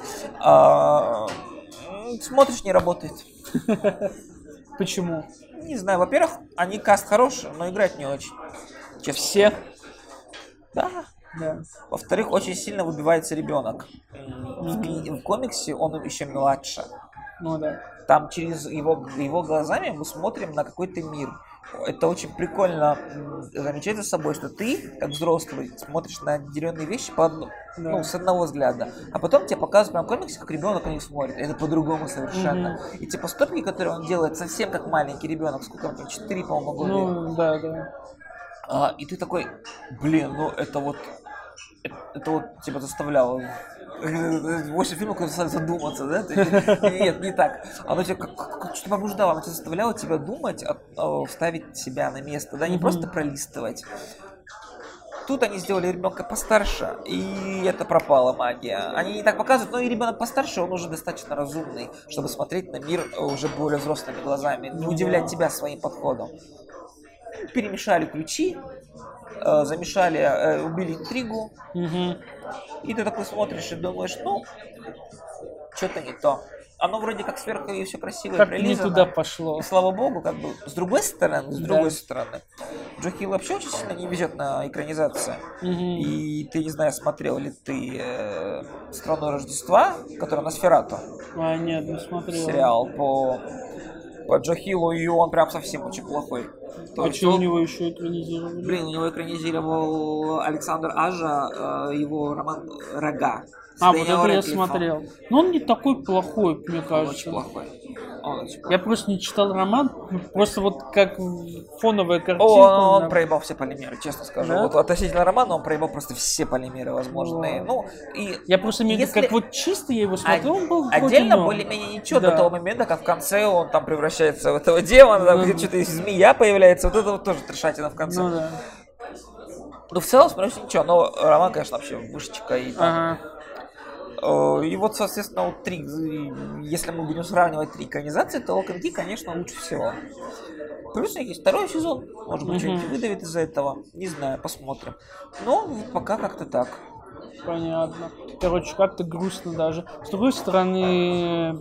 [SPEAKER 1] А, смотришь, не работает.
[SPEAKER 2] Почему?
[SPEAKER 1] Не знаю. Во-первых, они каст хороший, но играть не очень.
[SPEAKER 2] Честно. Все?
[SPEAKER 1] Да.
[SPEAKER 2] Да.
[SPEAKER 1] Во-вторых, очень сильно выбивается ребенок. Mm-hmm. В, в комиксе он еще младше.
[SPEAKER 2] Ну да.
[SPEAKER 1] Там через его, его глазами мы смотрим на какой-то мир. Это очень прикольно замечать за собой, что ты, как взрослый, смотришь на отделенные вещи по одну, да. ну, с одного взгляда. А потом тебе показывают прям комиксы, как ребенок на них смотрит. Это по-другому совершенно. Mm-hmm. И те поступки, которые он делает, совсем как маленький ребенок. Сколько там, четыре, по-моему, года.
[SPEAKER 2] Ну, да, да.
[SPEAKER 1] А, и ты такой, блин, ну это вот, это, это вот тебя заставляло... восемь фильмов, которые заставляют задуматься, да? Нет, не так. Оно тебя как, как что-то побуждало, оно тебя заставляло тебя думать, о, о, вставить себя на место, да, не mm-hmm. просто пролистывать. Тут они сделали ребенка постарше, и это пропала магия. Они не так показывают, но и ребенок постарше, он уже достаточно разумный, чтобы смотреть на мир уже более взрослыми глазами, не удивлять тебя своим подходом. Перемешали ключи, э, замешали, э, убили интригу.
[SPEAKER 2] Mm-hmm.
[SPEAKER 1] И ты такой смотришь и думаешь, ну, что-то не то. Оно вроде как сверху и все красиво
[SPEAKER 2] как
[SPEAKER 1] прилизано.
[SPEAKER 2] Не туда пошло.
[SPEAKER 1] И слава богу, как бы, с другой стороны, с другой
[SPEAKER 2] да.
[SPEAKER 1] стороны, Джо Хилл вообще очень сильно не везет на экранизацию.
[SPEAKER 2] Угу.
[SPEAKER 1] И ты, не знаю, смотрел ли ты э, «Страну Рождества», которая на Носферату.
[SPEAKER 2] А, нет, не смотрел.
[SPEAKER 1] Сериал по, по Джо Хиллу, и он прям совсем очень плохой.
[SPEAKER 2] То а что он... у него еще экранизировали?
[SPEAKER 1] Блин, у него экранизировал Александр Ажа, э, его роман «Рога».
[SPEAKER 2] А, вот это я смотрел. Но он не такой плохой, мне кажется.
[SPEAKER 1] Очень плохой. Он, типа...
[SPEAKER 2] Я просто не читал роман, просто вот как фоновая картинка.
[SPEAKER 1] О, он
[SPEAKER 2] на...
[SPEAKER 1] проебал все полимеры, честно скажу.
[SPEAKER 2] Да?
[SPEAKER 1] Вот относительно романа он проебал просто все полимеры возможные.
[SPEAKER 2] О.
[SPEAKER 1] Ну, и
[SPEAKER 2] Я просто имею в виду,
[SPEAKER 1] если...
[SPEAKER 2] как вот чисто я его смотрел,
[SPEAKER 1] Од-
[SPEAKER 2] он был
[SPEAKER 1] Отдельно
[SPEAKER 2] вроде
[SPEAKER 1] более-менее ничего
[SPEAKER 2] Да.
[SPEAKER 1] до того момента, как в конце он там превращается в этого демона, там
[SPEAKER 2] Ну,
[SPEAKER 1] где что-то змея появляется, вот это вот тоже трешатина в конце.
[SPEAKER 2] Ну да.
[SPEAKER 1] Ну, в целом, смотрю, ничего, но роман, конечно, вообще вышечка и там...
[SPEAKER 2] Ага.
[SPEAKER 1] Э, И вот, соответственно, вот три, если мы будем сравнивать три экранизации, то Lock and Key, конечно, лучше всего. Плюс есть второй сезон, может быть,
[SPEAKER 2] Мгм.
[SPEAKER 1] что-нибудь выдавит из-за этого, не знаю, посмотрим. Но вот пока как-то так.
[SPEAKER 2] Понятно. Короче, как-то грустно даже. С другой стороны,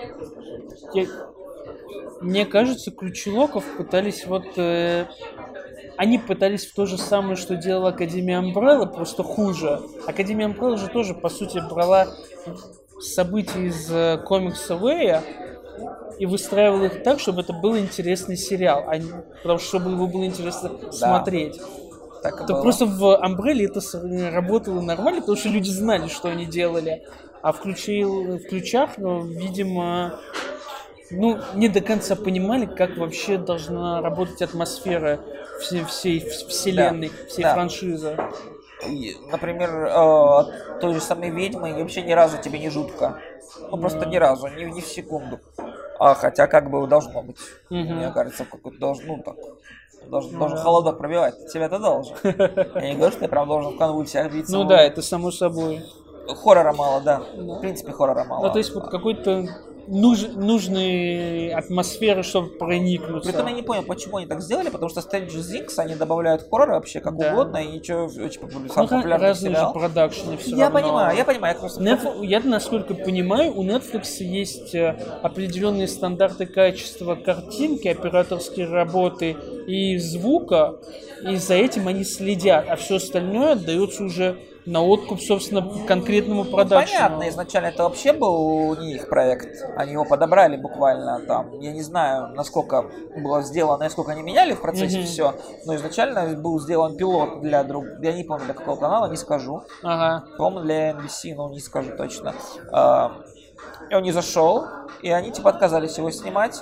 [SPEAKER 2] я- мне кажется, Кручелоков пытались вот... э, Они пытались в то же самое, что делала Академия Umbrella, просто хуже. Академия Umbrella же тоже, по сути, брала события из э, комикса Вэя и выстраивала их так, чтобы это был интересный сериал, а не- потому что чтобы его было интересно смотреть.
[SPEAKER 1] Так и
[SPEAKER 2] То
[SPEAKER 1] было.
[SPEAKER 2] просто в Umbrella это с- работало нормально, потому что люди знали, что они делали. А в, ключе, в ключах, ну, видимо, ну, не до конца понимали, как вообще должна работать атмосфера всей, всей вселенной, всей
[SPEAKER 1] да.
[SPEAKER 2] франшизы.
[SPEAKER 1] И, например, э, от той же самой ведьмы вообще ни разу тебе не жутко. Ну, просто ни разу, ни, ни в секунду. А хотя как бы должно быть.
[SPEAKER 2] Мгм.
[SPEAKER 1] Мне кажется, какой-то должен, ну так, должен,
[SPEAKER 2] Ну
[SPEAKER 1] должен
[SPEAKER 2] да.
[SPEAKER 1] холодок пробивать. Тебя-то должен. Я не говорю, что ты прям должен в конвульсиях биться.
[SPEAKER 2] Ну да, это само собой.
[SPEAKER 1] Хоррора мало, да.
[SPEAKER 2] Да.
[SPEAKER 1] В принципе, хоррора мало.
[SPEAKER 2] Ну, то есть вот какой-то нуж, нужной атмосферы, чтобы проникнуться.
[SPEAKER 1] Притом я не понял, почему они так сделали, потому что Stranger Things они добавляют хоррора вообще как
[SPEAKER 2] Да.
[SPEAKER 1] угодно, и ничего, очень попу-
[SPEAKER 2] Ну,
[SPEAKER 1] самый
[SPEAKER 2] ра-
[SPEAKER 1] популярный
[SPEAKER 2] разные
[SPEAKER 1] сериал.
[SPEAKER 2] же продакшены все
[SPEAKER 1] Я
[SPEAKER 2] равно.
[SPEAKER 1] понимаю, я понимаю, я просто...
[SPEAKER 2] Netflix- я, насколько понимаю, у Netflix есть э, определенные стандарты качества картинки, операторской работы и звука, и за этим они следят, а все остальное отдается уже на откуп, собственно, конкретному
[SPEAKER 1] Ну,
[SPEAKER 2] продакшену.
[SPEAKER 1] понятно, изначально это вообще был не их проект. Они его подобрали буквально там. Я не знаю, насколько было сделано, насколько они меняли в процессе
[SPEAKER 2] Мгм.
[SPEAKER 1] все. Но изначально был сделан пилот для друг... Я не помню, для какого канала, не скажу.
[SPEAKER 2] Ага.
[SPEAKER 1] По-моему, для эн би си, но не скажу точно. А, И он не зашел, и они типа отказались его снимать.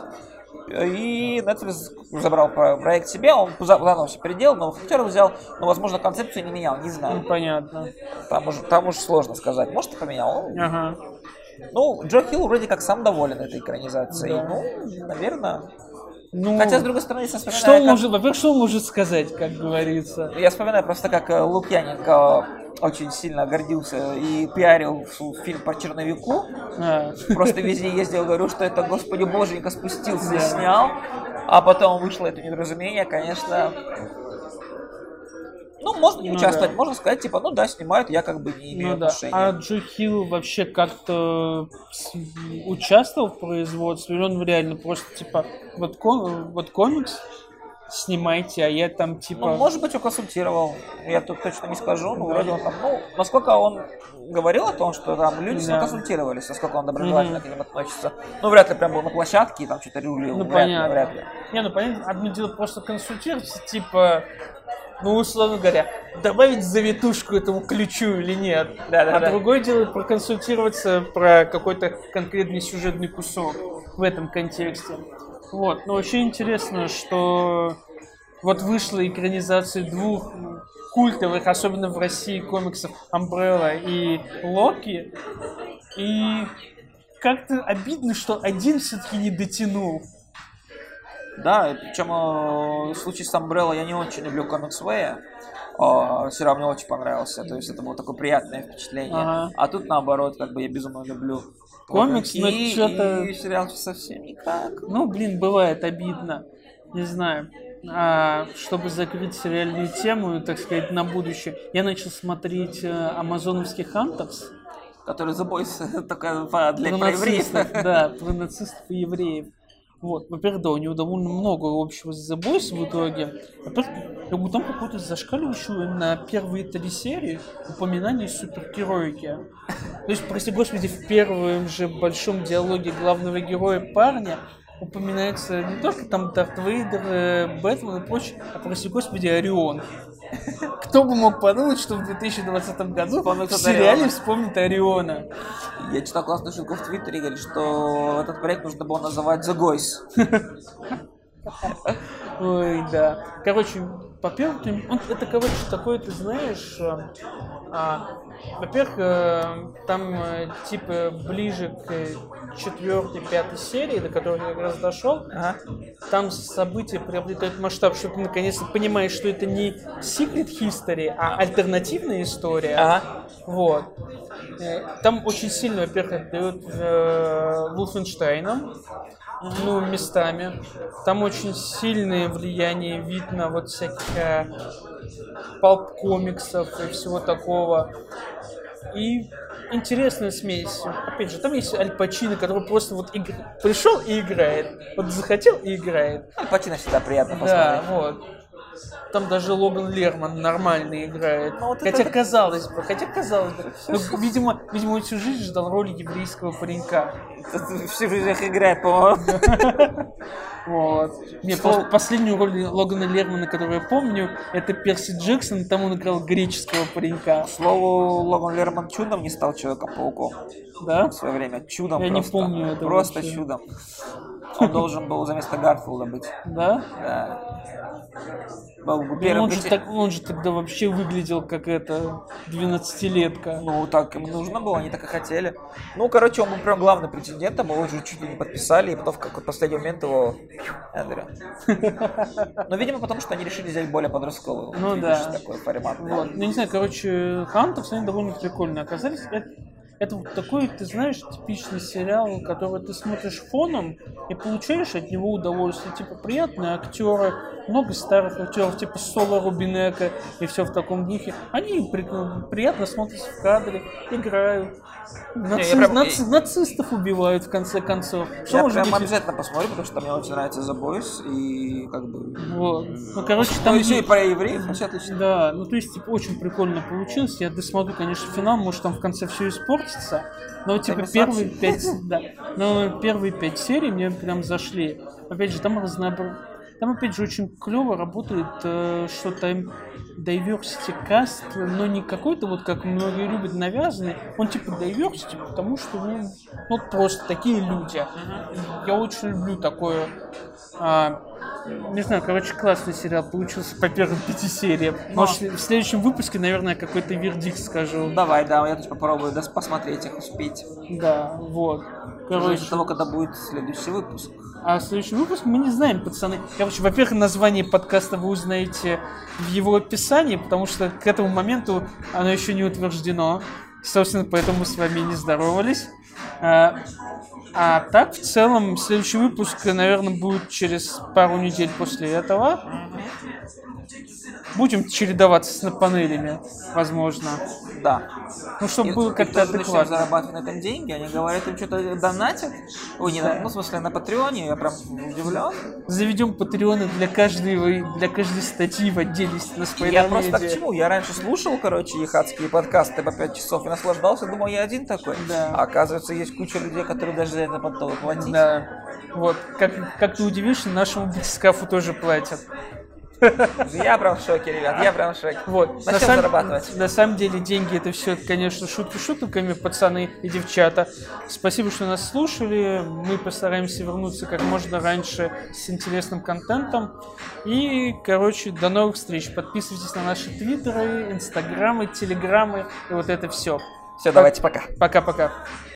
[SPEAKER 1] И Netflix забрал про- проект себе, он за- заново все переделал, новых актеров взял, но, возможно, концепцию не менял, не
[SPEAKER 2] Ну,
[SPEAKER 1] знаю.
[SPEAKER 2] понятно.
[SPEAKER 1] Там уже, там уж сложно сказать. Может, и поменял. Ну,
[SPEAKER 2] Ага.
[SPEAKER 1] Ну, Джо Хилл вроде как сам доволен этой экранизацией.
[SPEAKER 2] Да.
[SPEAKER 1] Ну, наверное.
[SPEAKER 2] Ну,
[SPEAKER 1] Хотя, с другой стороны, если вспоминаю,
[SPEAKER 2] что он
[SPEAKER 1] как-
[SPEAKER 2] может, во-первых, что он может сказать, как говорится?
[SPEAKER 1] Я вспоминаю просто, как э, Лукьяненко очень сильно гордился и пиарил ф- фильм по черновику.
[SPEAKER 2] А.
[SPEAKER 1] Просто везде ездил, говорю, что это, господи боженька, спустился и
[SPEAKER 2] Да.
[SPEAKER 1] снял. А потом вышло это недоразумение, конечно. Ну, можно не
[SPEAKER 2] Ну
[SPEAKER 1] участвовать,
[SPEAKER 2] да.
[SPEAKER 1] можно сказать, типа, ну да, снимают, я как бы не имею
[SPEAKER 2] Ну да.
[SPEAKER 1] отношения.
[SPEAKER 2] А Джо Хилл вообще как-то с- участвовал в производстве? Или он реально просто типа вот, ком- вот комикс снимайте, а я там типа...
[SPEAKER 1] Ну, может быть, он консультировал, я тут точно не скажу, но
[SPEAKER 2] Да.
[SPEAKER 1] вроде он там, ну, насколько он говорил о том, что там люди с ним
[SPEAKER 2] Да.
[SPEAKER 1] консультировались, насколько он доброжелательно
[SPEAKER 2] Мгм.
[SPEAKER 1] к ним относится. Ну, вряд ли прям был на площадке и там что-то рулил,
[SPEAKER 2] Ну,
[SPEAKER 1] вряд ли,
[SPEAKER 2] понятно.
[SPEAKER 1] вряд ли.
[SPEAKER 2] Не, ну понятно, одно дело просто консультироваться, типа, ну, условно говоря, добавить завитушку этому ключу или нет.
[SPEAKER 1] Да-да-да.
[SPEAKER 2] А другое дело проконсультироваться про какой-то конкретный сюжетный кусок в этом контексте. Вот, но вообще интересно, что вот вышла экранизация двух культовых, особенно в России, комиксов Umbrella и Локи, и как-то обидно, что один все-таки не дотянул.
[SPEAKER 1] Да, и причем э, в случае с Umbrella я не очень люблю комикс Вэя, а, сериал мне очень понравился, то есть это было такое приятное впечатление.
[SPEAKER 2] Ага.
[SPEAKER 1] А тут наоборот, как бы я безумно люблю
[SPEAKER 2] Комикс, но
[SPEAKER 1] и,
[SPEAKER 2] чё-то-
[SPEAKER 1] и сериал совсем никак.
[SPEAKER 2] Ну, блин, бывает обидно. Не знаю. А, чтобы закрыть сериальную тему, так сказать, на будущее, я начал смотреть э, амазоновский Хантерс.
[SPEAKER 1] Который The Boys только по- для
[SPEAKER 2] Про
[SPEAKER 1] про евреев.
[SPEAKER 2] нацистов, да, про нацистов и евреев. Вот, во-первых, да, у него довольно много общего с The Boys в итоге. Во-первых, как бы там какое-то зашкаливающее на первые три серии упоминание супергероики. То есть, прости господи, в первом же большом диалоге главного героя парня упоминается не только там Дарт Вейдер, э, Бэтмен и прочее, а, прости господи, Орион. Кто Кто бы мог подумать, что в две тысячи двадцатом году в сериале вспомнит Ориона.
[SPEAKER 1] Я читал классную шутку в Твиттере, говорит, что этот проект нужно было называть The Goys.
[SPEAKER 2] Ой, да. Короче, во-первых, он, это, короче, такое, ты знаешь, а, во-первых, там, типа, ближе к четвертой, пятой серии, до которой я как раз дошел, ага. Там события приобретают масштаб, что ты наконец-то понимаешь, что это не Secret History, а альтернативная история. Ага. Вот. Там очень сильно, во-первых, отдает э, Wolfenstein'ом, ну, местами. Там очень сильное влияние видно вот всяких э, палп-комиксов и всего такого. И интересная смесь. Опять же, там есть Аль Пачино, который просто вот игр... пришел и играет. Вот захотел и играет.
[SPEAKER 1] Аль Пачино всегда приятно посмотреть.
[SPEAKER 2] Да, вот. Там даже Логан Лерман нормально играет. Ну, вот хотя это... казалось бы, хотя казалось бы. Ну, видимо, видимо, он всю жизнь ждал роли еврейского паренька.
[SPEAKER 1] Всю жизнь их играет, по-моему.
[SPEAKER 2] Вот. Нет, последнюю роль Логана Лермана, которую я помню, это Перси Джексон, там он играл греческого паренька.
[SPEAKER 1] К слову, Логан Лерман чудом не стал Человеком-пауком.
[SPEAKER 2] Да?
[SPEAKER 1] В свое время. Чудом
[SPEAKER 2] я
[SPEAKER 1] просто.
[SPEAKER 2] Я не помню этого.
[SPEAKER 1] Просто
[SPEAKER 2] вообще.
[SPEAKER 1] чудом. Он должен был за место Гарфилда быть.
[SPEAKER 2] Да?
[SPEAKER 1] Да.
[SPEAKER 2] Был первым... он, же так, он же тогда вообще выглядел как это двенадцатилетка.
[SPEAKER 1] Ну, так им нужно было, они так и хотели. Ну, короче, он был прям главным претендентом, его уже чуть ли не подписали, и потом в какой-то последний момент его Эндрю. Ну, видимо, потому что они решили взять более подростковый.
[SPEAKER 2] Ну, да.
[SPEAKER 1] Такой формат.
[SPEAKER 2] Вот. Ну, не знаю, короче, Хантерс, они довольно прикольные оказались. Это, это вот такой, ты знаешь, типичный сериал, который ты смотришь фоном и получаешь от него удовольствие. Типа, приятные актеры, много старых актеров, типа Соло Рубинека и все в таком духе. Они при, приятно смотрятся в кадре, играют. Наци... прям... Наци... Нацистов убивают в конце концов.
[SPEAKER 1] Что я прям быть... обязательно посмотрю, потому что мне очень нравится The Boys и как бы...
[SPEAKER 2] Вот. Ну, короче, там...
[SPEAKER 1] еще и про евреев, вообще отлично.
[SPEAKER 2] Да, ну то есть, типа, очень прикольно получилось. Я досмотрю, конечно, финал, может там в конце все испортится. Но типа первые пять... Да. Но первые пять серий мне прям зашли. Опять же, там разнообразие. Там, опять же, очень клево работает э, что-то diversity cast, но не какой-то, вот как многие любят, навязанный. Он типа diversity, потому что ну, вот просто такие люди. Я очень люблю такое. А, не знаю, короче, классный сериал получился по первым пяти сериям. Но... Может, в следующем выпуске, наверное, какой-то вердикт скажу.
[SPEAKER 1] Давай, да, я тоже попробую да, посмотреть их, успеть.
[SPEAKER 2] Да, вот.
[SPEAKER 1] Короче, до того, когда будет следующий выпуск.
[SPEAKER 2] А следующий выпуск мы не знаем, пацаны. Короче, во-первых, название подкаста вы узнаете в его описании, потому что к этому моменту оно еще не утверждено. Собственно, поэтому мы с вами не здоровались. А, а так, в целом, следующий выпуск, наверное, будет через пару недель после этого. Будем чередоваться с панелями, возможно.
[SPEAKER 1] Да.
[SPEAKER 2] Ну, чтобы было как-то адекватно.
[SPEAKER 1] Зарабатывать на этом деньги, они говорят, им что-то донатят. Ой, не, да. Ну, в смысле, на Патреоне, я прям удивлен.
[SPEAKER 2] Заведем Патреоны для каждой, для каждой статьи в отделе на Спайдермеде.
[SPEAKER 1] Я просто к чему? Я раньше слушал, короче, их адские подкасты по пять часов и наслаждался, думал, я один такой.
[SPEAKER 2] Да.
[SPEAKER 1] А оказывается, есть куча людей, которые даже за это готовы платить.
[SPEAKER 2] Да. Вот, как, как ты удивишься, нашему батискафу тоже платят.
[SPEAKER 1] Я прям в шоке, ребят, я прям в шоке.
[SPEAKER 2] Вот. На, сам, зарабатывать. На самом деле деньги это все, конечно, шутки шутками, пацаны и девчата. Спасибо, что нас слушали. Мы постараемся вернуться как можно раньше с интересным контентом. И, короче, до новых встреч. Подписывайтесь на наши твиттеры, инстаграмы, телеграммы и вот это все.
[SPEAKER 1] Все, давайте, пока.
[SPEAKER 2] Пока-пока.